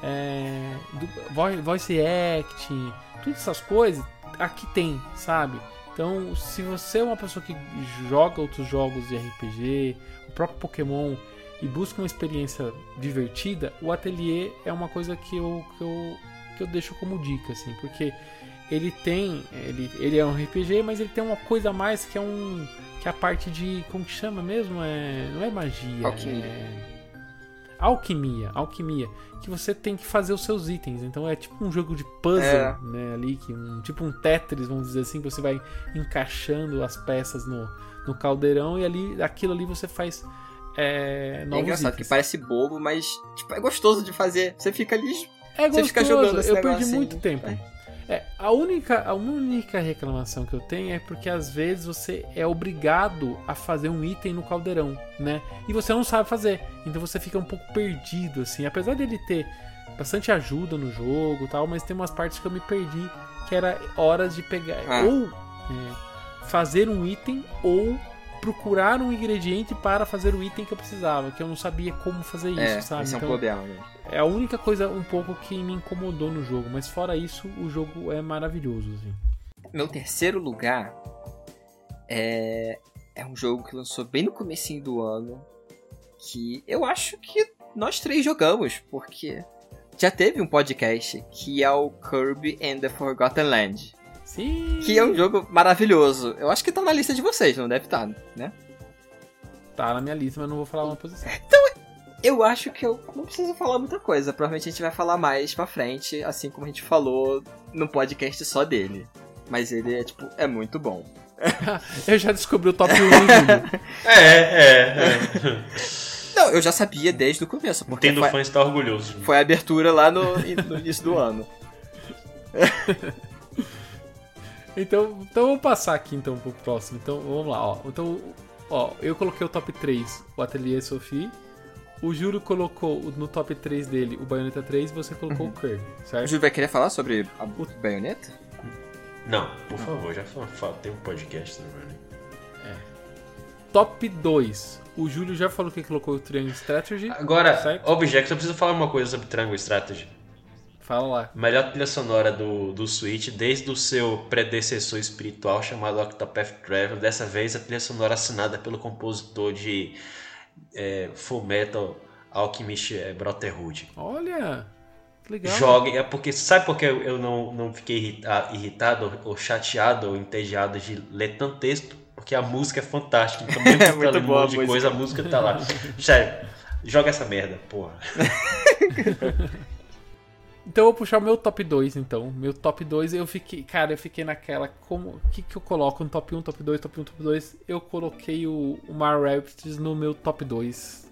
voice acting, todas essas coisas, aqui tem, sabe? Então, se você é uma pessoa que joga outros jogos de RPG, próprio Pokémon e busca uma experiência divertida, o Atelier é uma coisa que eu deixo como dica, assim, porque ele é um RPG, mas ele tem uma coisa a mais que é a parte de, como que chama mesmo? Não é magia, alquimia, que você tem que fazer os seus itens. Então é tipo um jogo de puzzle, né, ali, tipo um Tetris, vamos dizer assim, que você vai encaixando as peças no caldeirão e aquilo ali você faz novos engraçado, itens. que parece bobo, mas tipo, é gostoso de fazer. Você fica ali, É você fica jogando esse eu negócio perdi assim. muito tempo. A única reclamação que eu tenho é porque às vezes você é obrigado a fazer um item no caldeirão, né? E você não sabe fazer, então você fica um pouco perdido, assim. Apesar dele ter bastante ajuda no jogo e tal, mas tem umas partes que eu me perdi, que era horas de pegar ou fazer um item ou procurar um ingrediente para fazer o item que eu precisava, que eu não sabia como fazer isso, sabe? Esse é um Então, problema, né? é a única coisa um pouco que me incomodou no jogo, mas fora isso, o jogo é maravilhoso, assim. Meu terceiro lugar é um jogo que lançou bem no comecinho do ano, que eu acho que nós três jogamos, porque já teve um podcast, que é o Kirby and the Forgotten Land. Sim! Que é um jogo maravilhoso. Eu acho que tá na lista de vocês, não deve estar, né? Tá na minha lista, mas não vou falar uma posição. Eu acho que eu não preciso falar muita coisa. Provavelmente a gente vai falar mais pra frente, assim como a gente falou no podcast só dele. Mas ele é muito bom. Eu já descobri o top 1 do jogo. Não, eu já sabia desde o começo. Porque Nintendo fã está orgulhoso. Foi a abertura lá no início do ano. Então vamos passar aqui então pro próximo. Então vamos lá, ó. Então, eu coloquei o top 3, o Atelier Sophie. O Júlio colocou no top 3 dele o Bayonetta 3 e você colocou o Kirby, O certo? Júlio vai querer falar sobre a Bayonetta? Não, por favor, já tem um podcast, né? Top 2. O Júlio já falou que colocou o Triangle Strategy. Agora, certo? Object, eu preciso falar uma coisa sobre Triangle Strategy. Fala lá. Melhor trilha sonora do Switch, desde o seu predecessor espiritual chamado Octopath Traveler. Dessa vez a trilha sonora assinada pelo compositor de Full Metal Alchemist Brotherhood. Olha, que legal. Jogue, sabe por que eu não fiquei irritado ou chateado ou entediado de ler tanto texto? Porque a música é fantástica, então mesmo que tá lendo um monte de coisa, a música tá lá. Sério, joga essa merda, porra. Então eu vou puxar o meu top 2, então. Meu top 2, eu fiquei naquela, o que eu coloco no top 1, top 2, top 1, top 2? Eu coloquei o Mario Rabbids no meu top 2.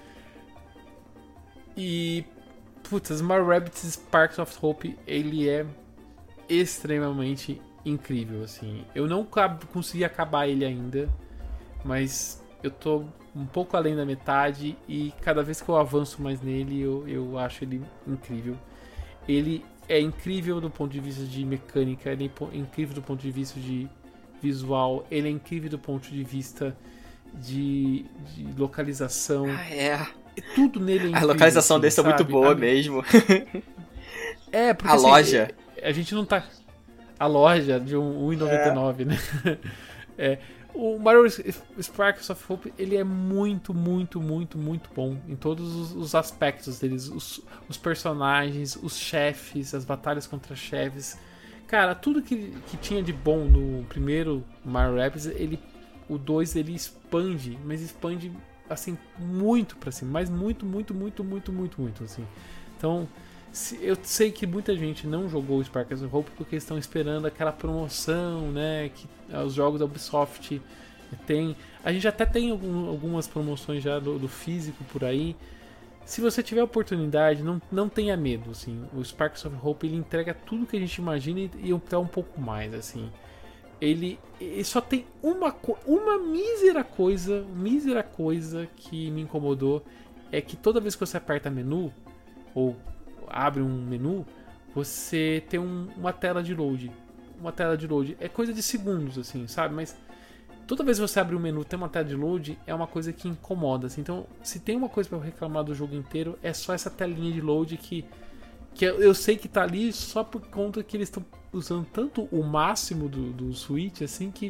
E, putz, Mario Rabbids Sparks of Hope, ele é extremamente incrível, assim. Eu não consegui acabar ele ainda, mas eu tô um pouco além da metade e cada vez que eu avanço mais nele, eu acho ele incrível. Ele é incrível do ponto de vista de mecânica, ele é incrível do ponto de vista de visual, ele é incrível do ponto de vista de localização. Tudo nele é incrível. A localização assim, desse é muito boa mesmo. Porque a loja. A gente não tá... A loja de R$1,99, né? O Mario Sparks of Hope, ele é muito, muito, muito, muito bom em todos os aspectos deles. Os personagens, os chefes, as batalhas contra chefes. Cara, tudo que tinha de bom no primeiro Mario Rabbids, o 2 ele expande, mas expande assim muito pra cima, mas muito, muito, muito, muito, muito, muito assim. Então, eu sei que muita gente não jogou o Sparks of Hope porque estão esperando aquela promoção, né, que os jogos da Ubisoft tem. A gente até tem algumas promoções já do físico por aí. Se você tiver oportunidade, não tenha medo, assim. O Sparks of Hope, ele entrega tudo que a gente imagina e até um pouco mais, assim. Ele só tem uma mísera coisa que me incomodou, é que toda vez que você aperta menu ou abre um menu, você tem uma tela de load. Uma tela de load é coisa de segundos, assim, sabe? Mas toda vez que você abre um menu, tem uma tela de load, é uma coisa que incomoda, assim. Então, se tem uma coisa pra eu reclamar do jogo inteiro, é só essa telinha de load que eu sei que tá ali só por conta que eles estão usando tanto o máximo do Switch, assim, que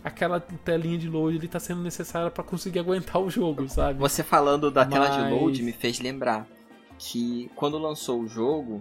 aquela telinha de load ele tá sendo necessária pra conseguir aguentar o jogo, sabe? Você falando da tela de Mas- load me fez lembrar que quando lançou o jogo,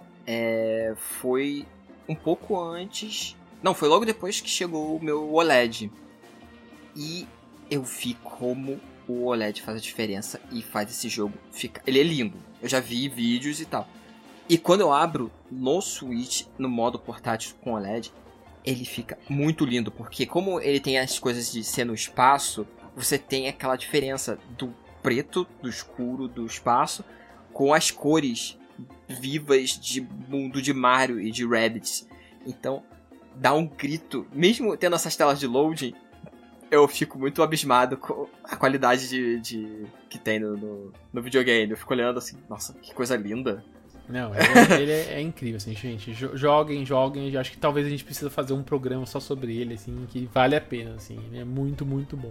foi um pouco antes... Não, foi logo depois que chegou o meu OLED. E eu vi como o OLED faz a diferença e faz esse jogo ficar... Ele é lindo. Eu já vi vídeos e tal. E quando eu abro no Switch, no modo portátil com OLED, ele fica muito lindo. Porque como ele tem as coisas de ser no espaço, você tem aquela diferença do preto, do escuro, do espaço, com as cores vivas de mundo de Mario e de Rabbids. Então, dá um grito. Mesmo tendo essas telas de loading, eu fico muito abismado com a qualidade que tem no videogame. Eu fico olhando assim, nossa, que coisa linda. Não, ele é incrível, assim, gente. Joguem. Acho que talvez a gente precisa fazer um programa só sobre ele, assim, que vale a pena, assim. Ele é muito, muito bom.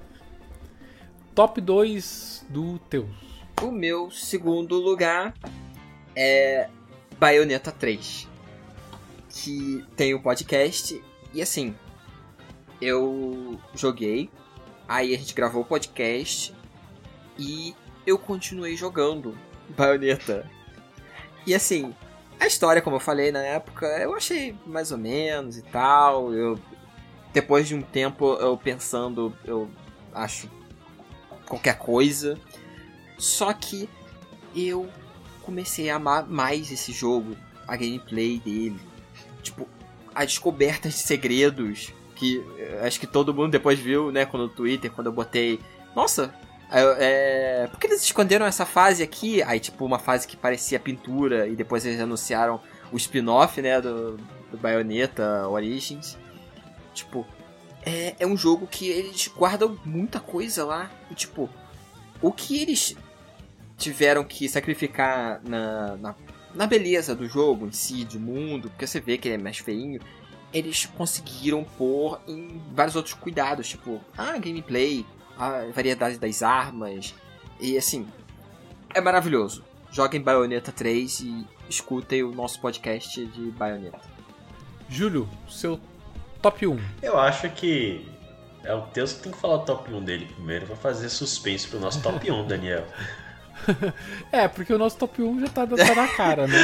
Top 2 do Teus. O meu segundo lugar é Bayonetta 3, que tem um podcast. E assim, eu joguei, aí a gente gravou o podcast e eu continuei jogando Bayonetta. E assim, a história, como eu falei na época, eu achei mais ou menos e tal. Depois de um tempo eu pensando, eu acho qualquer coisa. Só que eu comecei a amar mais esse jogo, a gameplay dele. Tipo, as descobertas de segredos, que acho que todo mundo depois viu, né, no Twitter, quando eu botei... Nossa, por que eles esconderam essa fase aqui? Aí, tipo, uma fase que parecia pintura, e depois eles anunciaram o spin-off, né, do Bayonetta Origins. Tipo, é um jogo que eles guardam muita coisa lá. E, tipo, o que eles tiveram que sacrificar na beleza do jogo em si, de mundo, porque você vê que ele é mais feinho, eles conseguiram pôr em vários outros cuidados, tipo, a gameplay, a variedade das armas, e assim, é maravilhoso. Joguem Bayonetta 3 e escutem o nosso podcast de Bayonetta. Júlio, seu top 1. Eu acho que é o Teus que tem que falar o top 1 dele primeiro, pra fazer suspense pro nosso top 1, Daniel. Porque o nosso top 1 já tá na cara, né?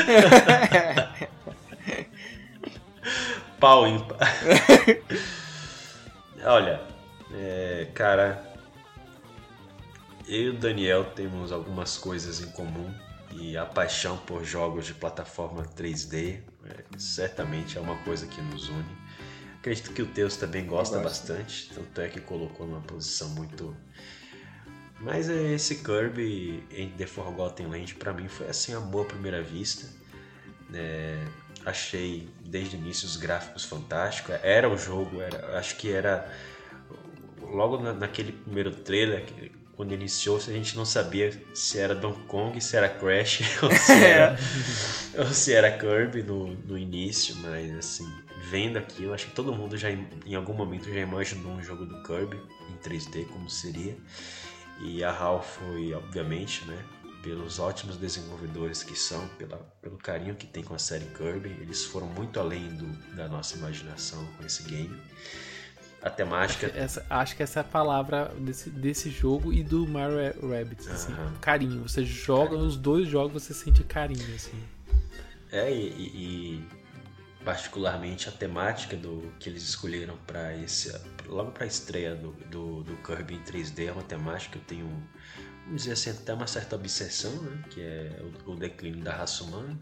Pau ímpar. Olha, cara, eu e o Daniel temos algumas coisas em comum. E a paixão por jogos de plataforma 3D certamente é uma coisa que nos une. Acredito que o Teus também gosta bastante, tanto é que colocou numa posição muito... Mas esse Kirby em The Forgotten Land pra mim foi assim, amor à primeira vista. Achei desde o início os gráficos fantásticos. Era o jogo, acho que era logo naquele primeiro trailer, quando iniciou, a gente não sabia se era Donkey Kong, se era Crash ou se era Kirby no início, mas assim, vendo aquilo, acho que todo mundo já em algum momento já imaginou um jogo do Kirby em 3D, como seria. E a HAL foi, obviamente, né, pelos ótimos desenvolvedores que são, pelo carinho que tem com a série Kirby, eles foram muito além da nossa imaginação com esse game. A temática... Acho que essa é a palavra desse jogo e do Mario Rabbids, assim, carinho. Você joga nos dois jogos, você sente carinho, assim. E particularmente a temática que eles escolheram logo para a estreia do Kirby em 3D é uma temática que eu tenho, vamos dizer assim, até uma certa obsessão, né? Que é o declínio da raça humana.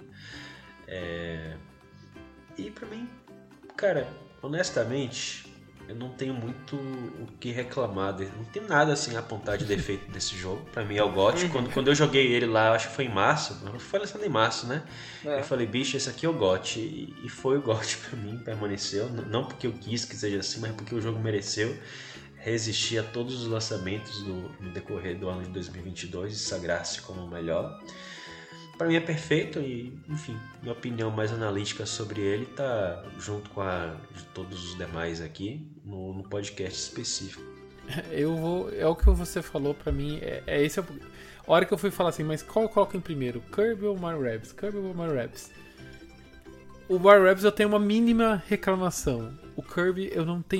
E pra mim, cara, honestamente, eu não tenho muito o que reclamar não tenho nada assim a apontar de defeito desse jogo. Pra mim é o GOT. Quando eu joguei ele lá, acho que foi em março, foi lançado em março, né? Eu falei, bicho, esse aqui é o GOT. E foi o GOT pra mim, permaneceu. Não porque eu quis que seja assim, mas porque o jogo mereceu resistir a todos os lançamentos no decorrer do ano de 2022 e sagrar-se como o melhor. Pra mim é perfeito e, enfim, minha opinião mais analítica sobre ele tá junto com a de todos os demais aqui no podcast específico. É o que você falou pra mim, esse a hora que eu fui falar assim, mas qual eu coloco em primeiro? Kirby ou Mario Rabbids? Kirby ou Mario Rabbids? O Mario Rabbids eu tenho uma mínima reclamação. O Kirby eu não tenho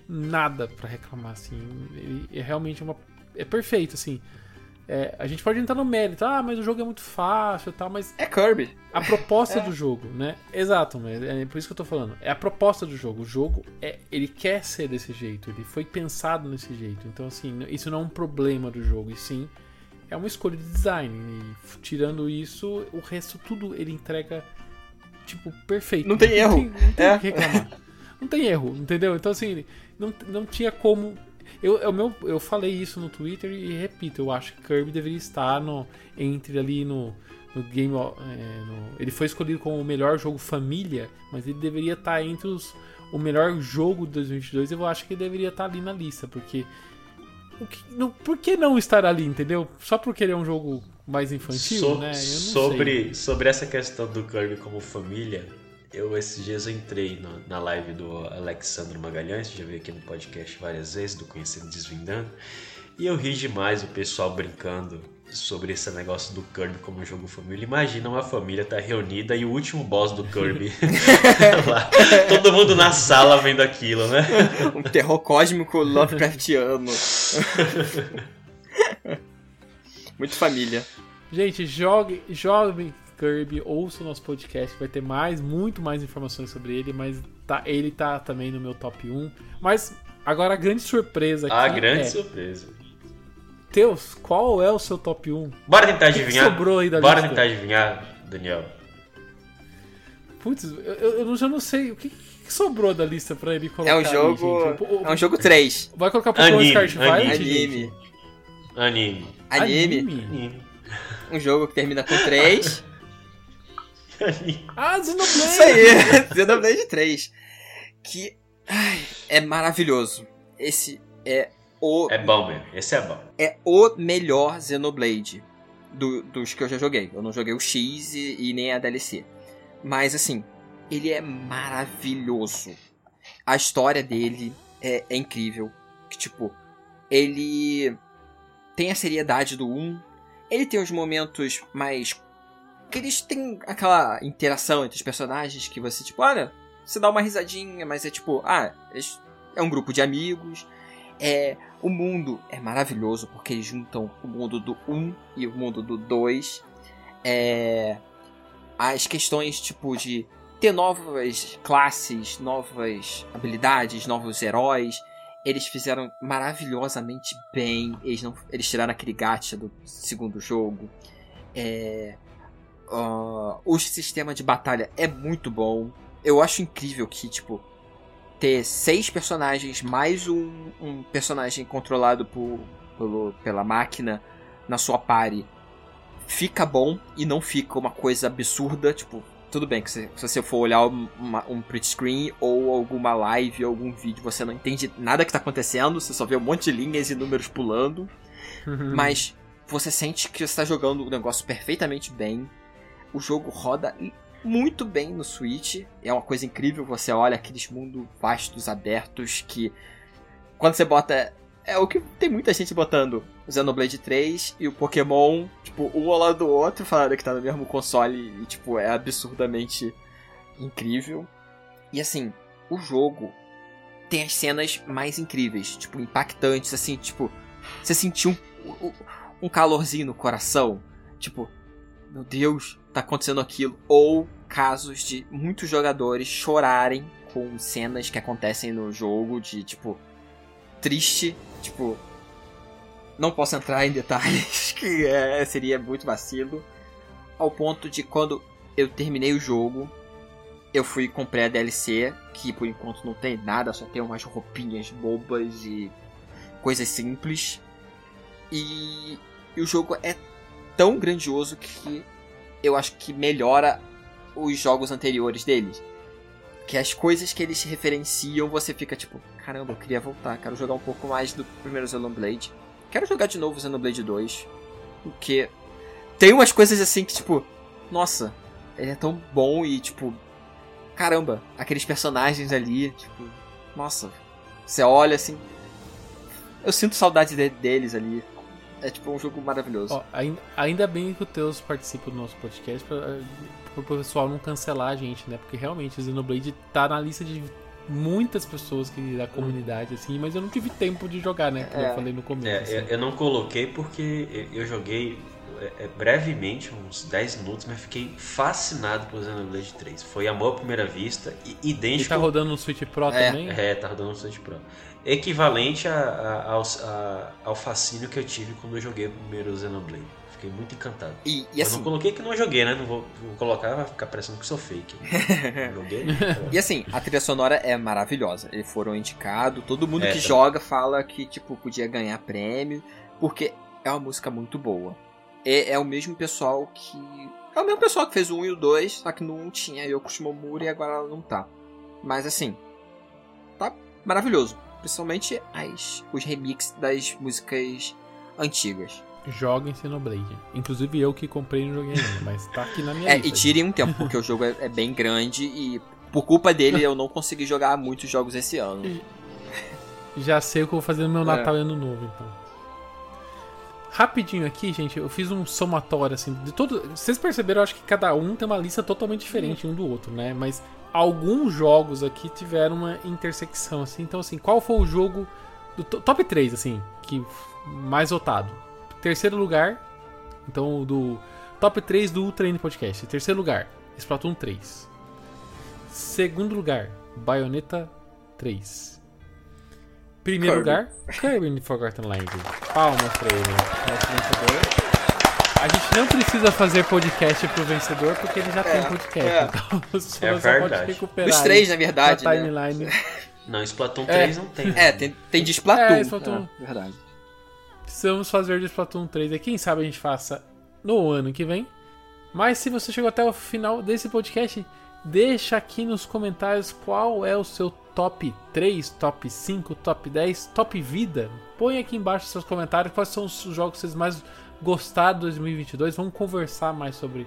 nada pra reclamar, assim. Ele é realmente é perfeito, assim. A gente pode entrar no mérito, mas o jogo é muito fácil e tal, mas... É Kirby. A proposta do jogo, né? Exato, mas é por isso que eu tô falando. É a proposta do jogo. O jogo, ele quer ser desse jeito, ele foi pensado desse jeito. Então, assim, isso não é um problema do jogo, e sim, é uma escolha de design. E tirando isso, o resto tudo ele entrega, tipo, perfeito. Não tem erro. Não tem o que reclamar. Não tem erro, entendeu? Então, assim, não tinha como... Eu falei isso no Twitter e repito, eu acho que Kirby deveria estar entre ali no Game ele foi escolhido como o melhor jogo família, mas ele deveria estar entre o melhor jogo de 2022. Eu acho que ele deveria estar ali na lista, porque por que não estar ali, entendeu? Só porque ele é um jogo mais infantil, né? Eu não sei. Sobre essa questão do Kirby como família, esses dias eu entrei na live do Alexandre Magalhães, que já veio aqui no podcast várias vezes, do Conhecendo Desvendando, e eu ri demais o pessoal brincando sobre esse negócio do Kirby como jogo família. Imagina uma família tá reunida e o último boss do Kirby lá, todo mundo na sala vendo aquilo, né? Um terror cósmico Lovecraftiano. Muito família. Gente, jogue Kirby, ouça o nosso podcast, vai ter muito mais informações sobre ele, mas ele tá também no meu top 1. Mas agora a grande surpresa aqui surpresa. Teus, qual é o seu top 1? Bora tentar adivinhar. O que sobrou aí da Bora lista? tentar adivinhar, Daniel. Putz, eu já não sei o que sobrou da lista pra ele colocar. É um jogo. Aí, gente. É um jogo 3. Vai colocar Pokémon Scarlet Violet? Anime. Um jogo que termina com 3. Xenoblade! Isso aí, Xenoblade 3. Que é maravilhoso. Esse é bom mesmo, esse é bom. É o melhor Xenoblade dos que eu já joguei. Eu não joguei o X e nem a DLC. Mas assim, ele é maravilhoso. A história dele é incrível. Que, tipo, ele tem a seriedade do 1. Ele tem os momentos mais... que eles têm aquela interação entre os personagens que você, tipo, olha, você dá uma risadinha, mas é tipo, é um grupo de amigos. O mundo é maravilhoso, porque eles juntam o mundo do 1 e o mundo do 2. As questões, tipo, de ter novas classes, novas habilidades, novos heróis, eles fizeram maravilhosamente bem. Eles tiraram aquele gacha do segundo jogo. O sistema de batalha é muito bom. Eu acho incrível que, tipo, ter 6 personagens mais um personagem controlado pela máquina na sua party fica bom e não fica uma coisa absurda. Tipo, tudo bem que se você for olhar um print screen ou alguma live ou algum vídeo, você não entende nada que tá acontecendo, você só vê um monte de linhas e números pulando. Mas você sente que você tá jogando o negócio perfeitamente bem. O jogo roda muito bem no Switch. É uma coisa incrível. Você olha aqueles mundos vastos, abertos, que quando você bota... É o que tem muita gente botando o Xenoblade 3 e o Pokémon, tipo, um ao lado do outro, falando que tá no mesmo console e, tipo, é absurdamente incrível. E, assim, o jogo tem as cenas mais incríveis, tipo, impactantes, assim, tipo, você sentiu um calorzinho no coração, tipo, meu Deus, tá acontecendo aquilo. Ou casos de muitos jogadores chorarem com cenas que acontecem no jogo, de, tipo, triste, tipo, não posso entrar em detalhes, que seria muito vacilo, ao ponto de quando eu terminei o jogo, eu fui e comprei a DLC, que por enquanto não tem nada, só tem umas roupinhas bobas e coisas simples, e o jogo é tão grandioso que eu acho que melhora os jogos anteriores deles. Que as coisas que eles referenciam, você fica tipo, caramba, eu queria voltar, quero jogar um pouco mais do primeiro Xenoblade. Quero jogar de novo o Xenoblade 2. Porque tem umas coisas assim que, tipo, nossa, ele é tão bom e, tipo, caramba, aqueles personagens ali, tipo, nossa, você olha assim, eu sinto saudade deles ali. É tipo um jogo maravilhoso. Ó, ainda bem que o Teus participa do nosso podcast pro pessoal não cancelar a gente, né? Porque realmente o Xenoblade tá na lista de muitas pessoas da comunidade, assim, mas eu não tive tempo de jogar, né? Como eu falei no começo. Assim. Eu não coloquei porque eu joguei brevemente, uns 10 minutos, mas fiquei fascinado pelo Xenoblade 3. Foi amor à primeira vista, idêntico... E tá rodando no Switch Pro também? Tá rodando no Switch Pro. Equivalente ao fascínio que eu tive quando eu joguei o primeiro Xenoblade. Fiquei muito encantado. E eu assim, não coloquei que não joguei, né? Não vou colocar, vai ficar parecendo que sou fake. Joguei. E assim, a trilha sonora é maravilhosa. Eles foram indicados, todo mundo que joga fala que tipo podia ganhar prêmio, porque é uma música muito boa. É o mesmo pessoal que... É o mesmo pessoal que fez o 1 e o 2, só que no 1 tinha Yoko Shimomura e agora ela não tá. Mas assim, tá maravilhoso. Principalmente os remixes das músicas antigas. Joguem Xenoblade. Inclusive eu que comprei e não joguei ainda, mas tá aqui na minha lista. E tirem um tempo, porque o jogo é bem grande e por culpa dele eu não consegui jogar muitos jogos esse ano. Já sei o que eu vou fazer no meu Natal e Ano Novo, então. Rapidinho aqui, gente, eu fiz um somatório, assim, de todo... Vocês perceberam, eu acho que cada um tem uma lista totalmente diferente um do outro, né? Mas alguns jogos aqui tiveram uma intersecção, assim. Então, assim, qual foi o jogo do top 3, assim, que mais votado? Terceiro lugar, então, do top 3 do Ultra N Podcast. Terceiro lugar, Splatoon 3. Segundo lugar, Bayonetta 3. Primeiro lugar, Kirby Forgotten Land. Palmas pra ele, nosso vencedor. A gente não precisa fazer podcast pro vencedor, porque ele já tem podcast. Então você só pode recuperar. Os três, na verdade, a timeline. Né? Não, Splatoon 3 não tem. Tem de Splatoon. Splatoon. Verdade. Precisamos fazer de Splatoon 3. Quem sabe a gente faça no ano que vem. Mas se você chegou até o final desse podcast, deixa aqui nos comentários qual é o seu top 3, top 5, top 10, top vida. Põe aqui embaixo seus comentários quais são os jogos que vocês mais gostaram de 2022. Vamos conversar mais sobre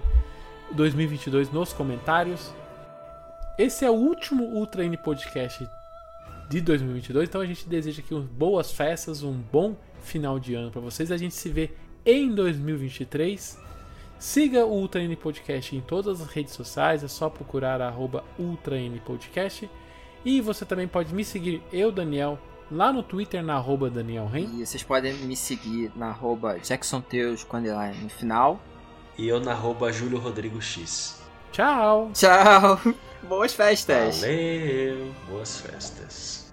2022 nos comentários. Esse é o último Ultra N Podcast de 2022, então a gente deseja aqui boas festas, um bom final de ano para vocês. A gente se vê em 2023. Siga o Ultra N Podcast em todas as redes sociais, é só procurar @UltraNPodcast. E você também pode me seguir, Daniel, lá no Twitter, na @DanielRen. E vocês podem me seguir na @JacksonTeus, quando é no final. E eu na @JúlioRodrigoX. Tchau! Tchau! Boas festas! Valeu! Boas festas!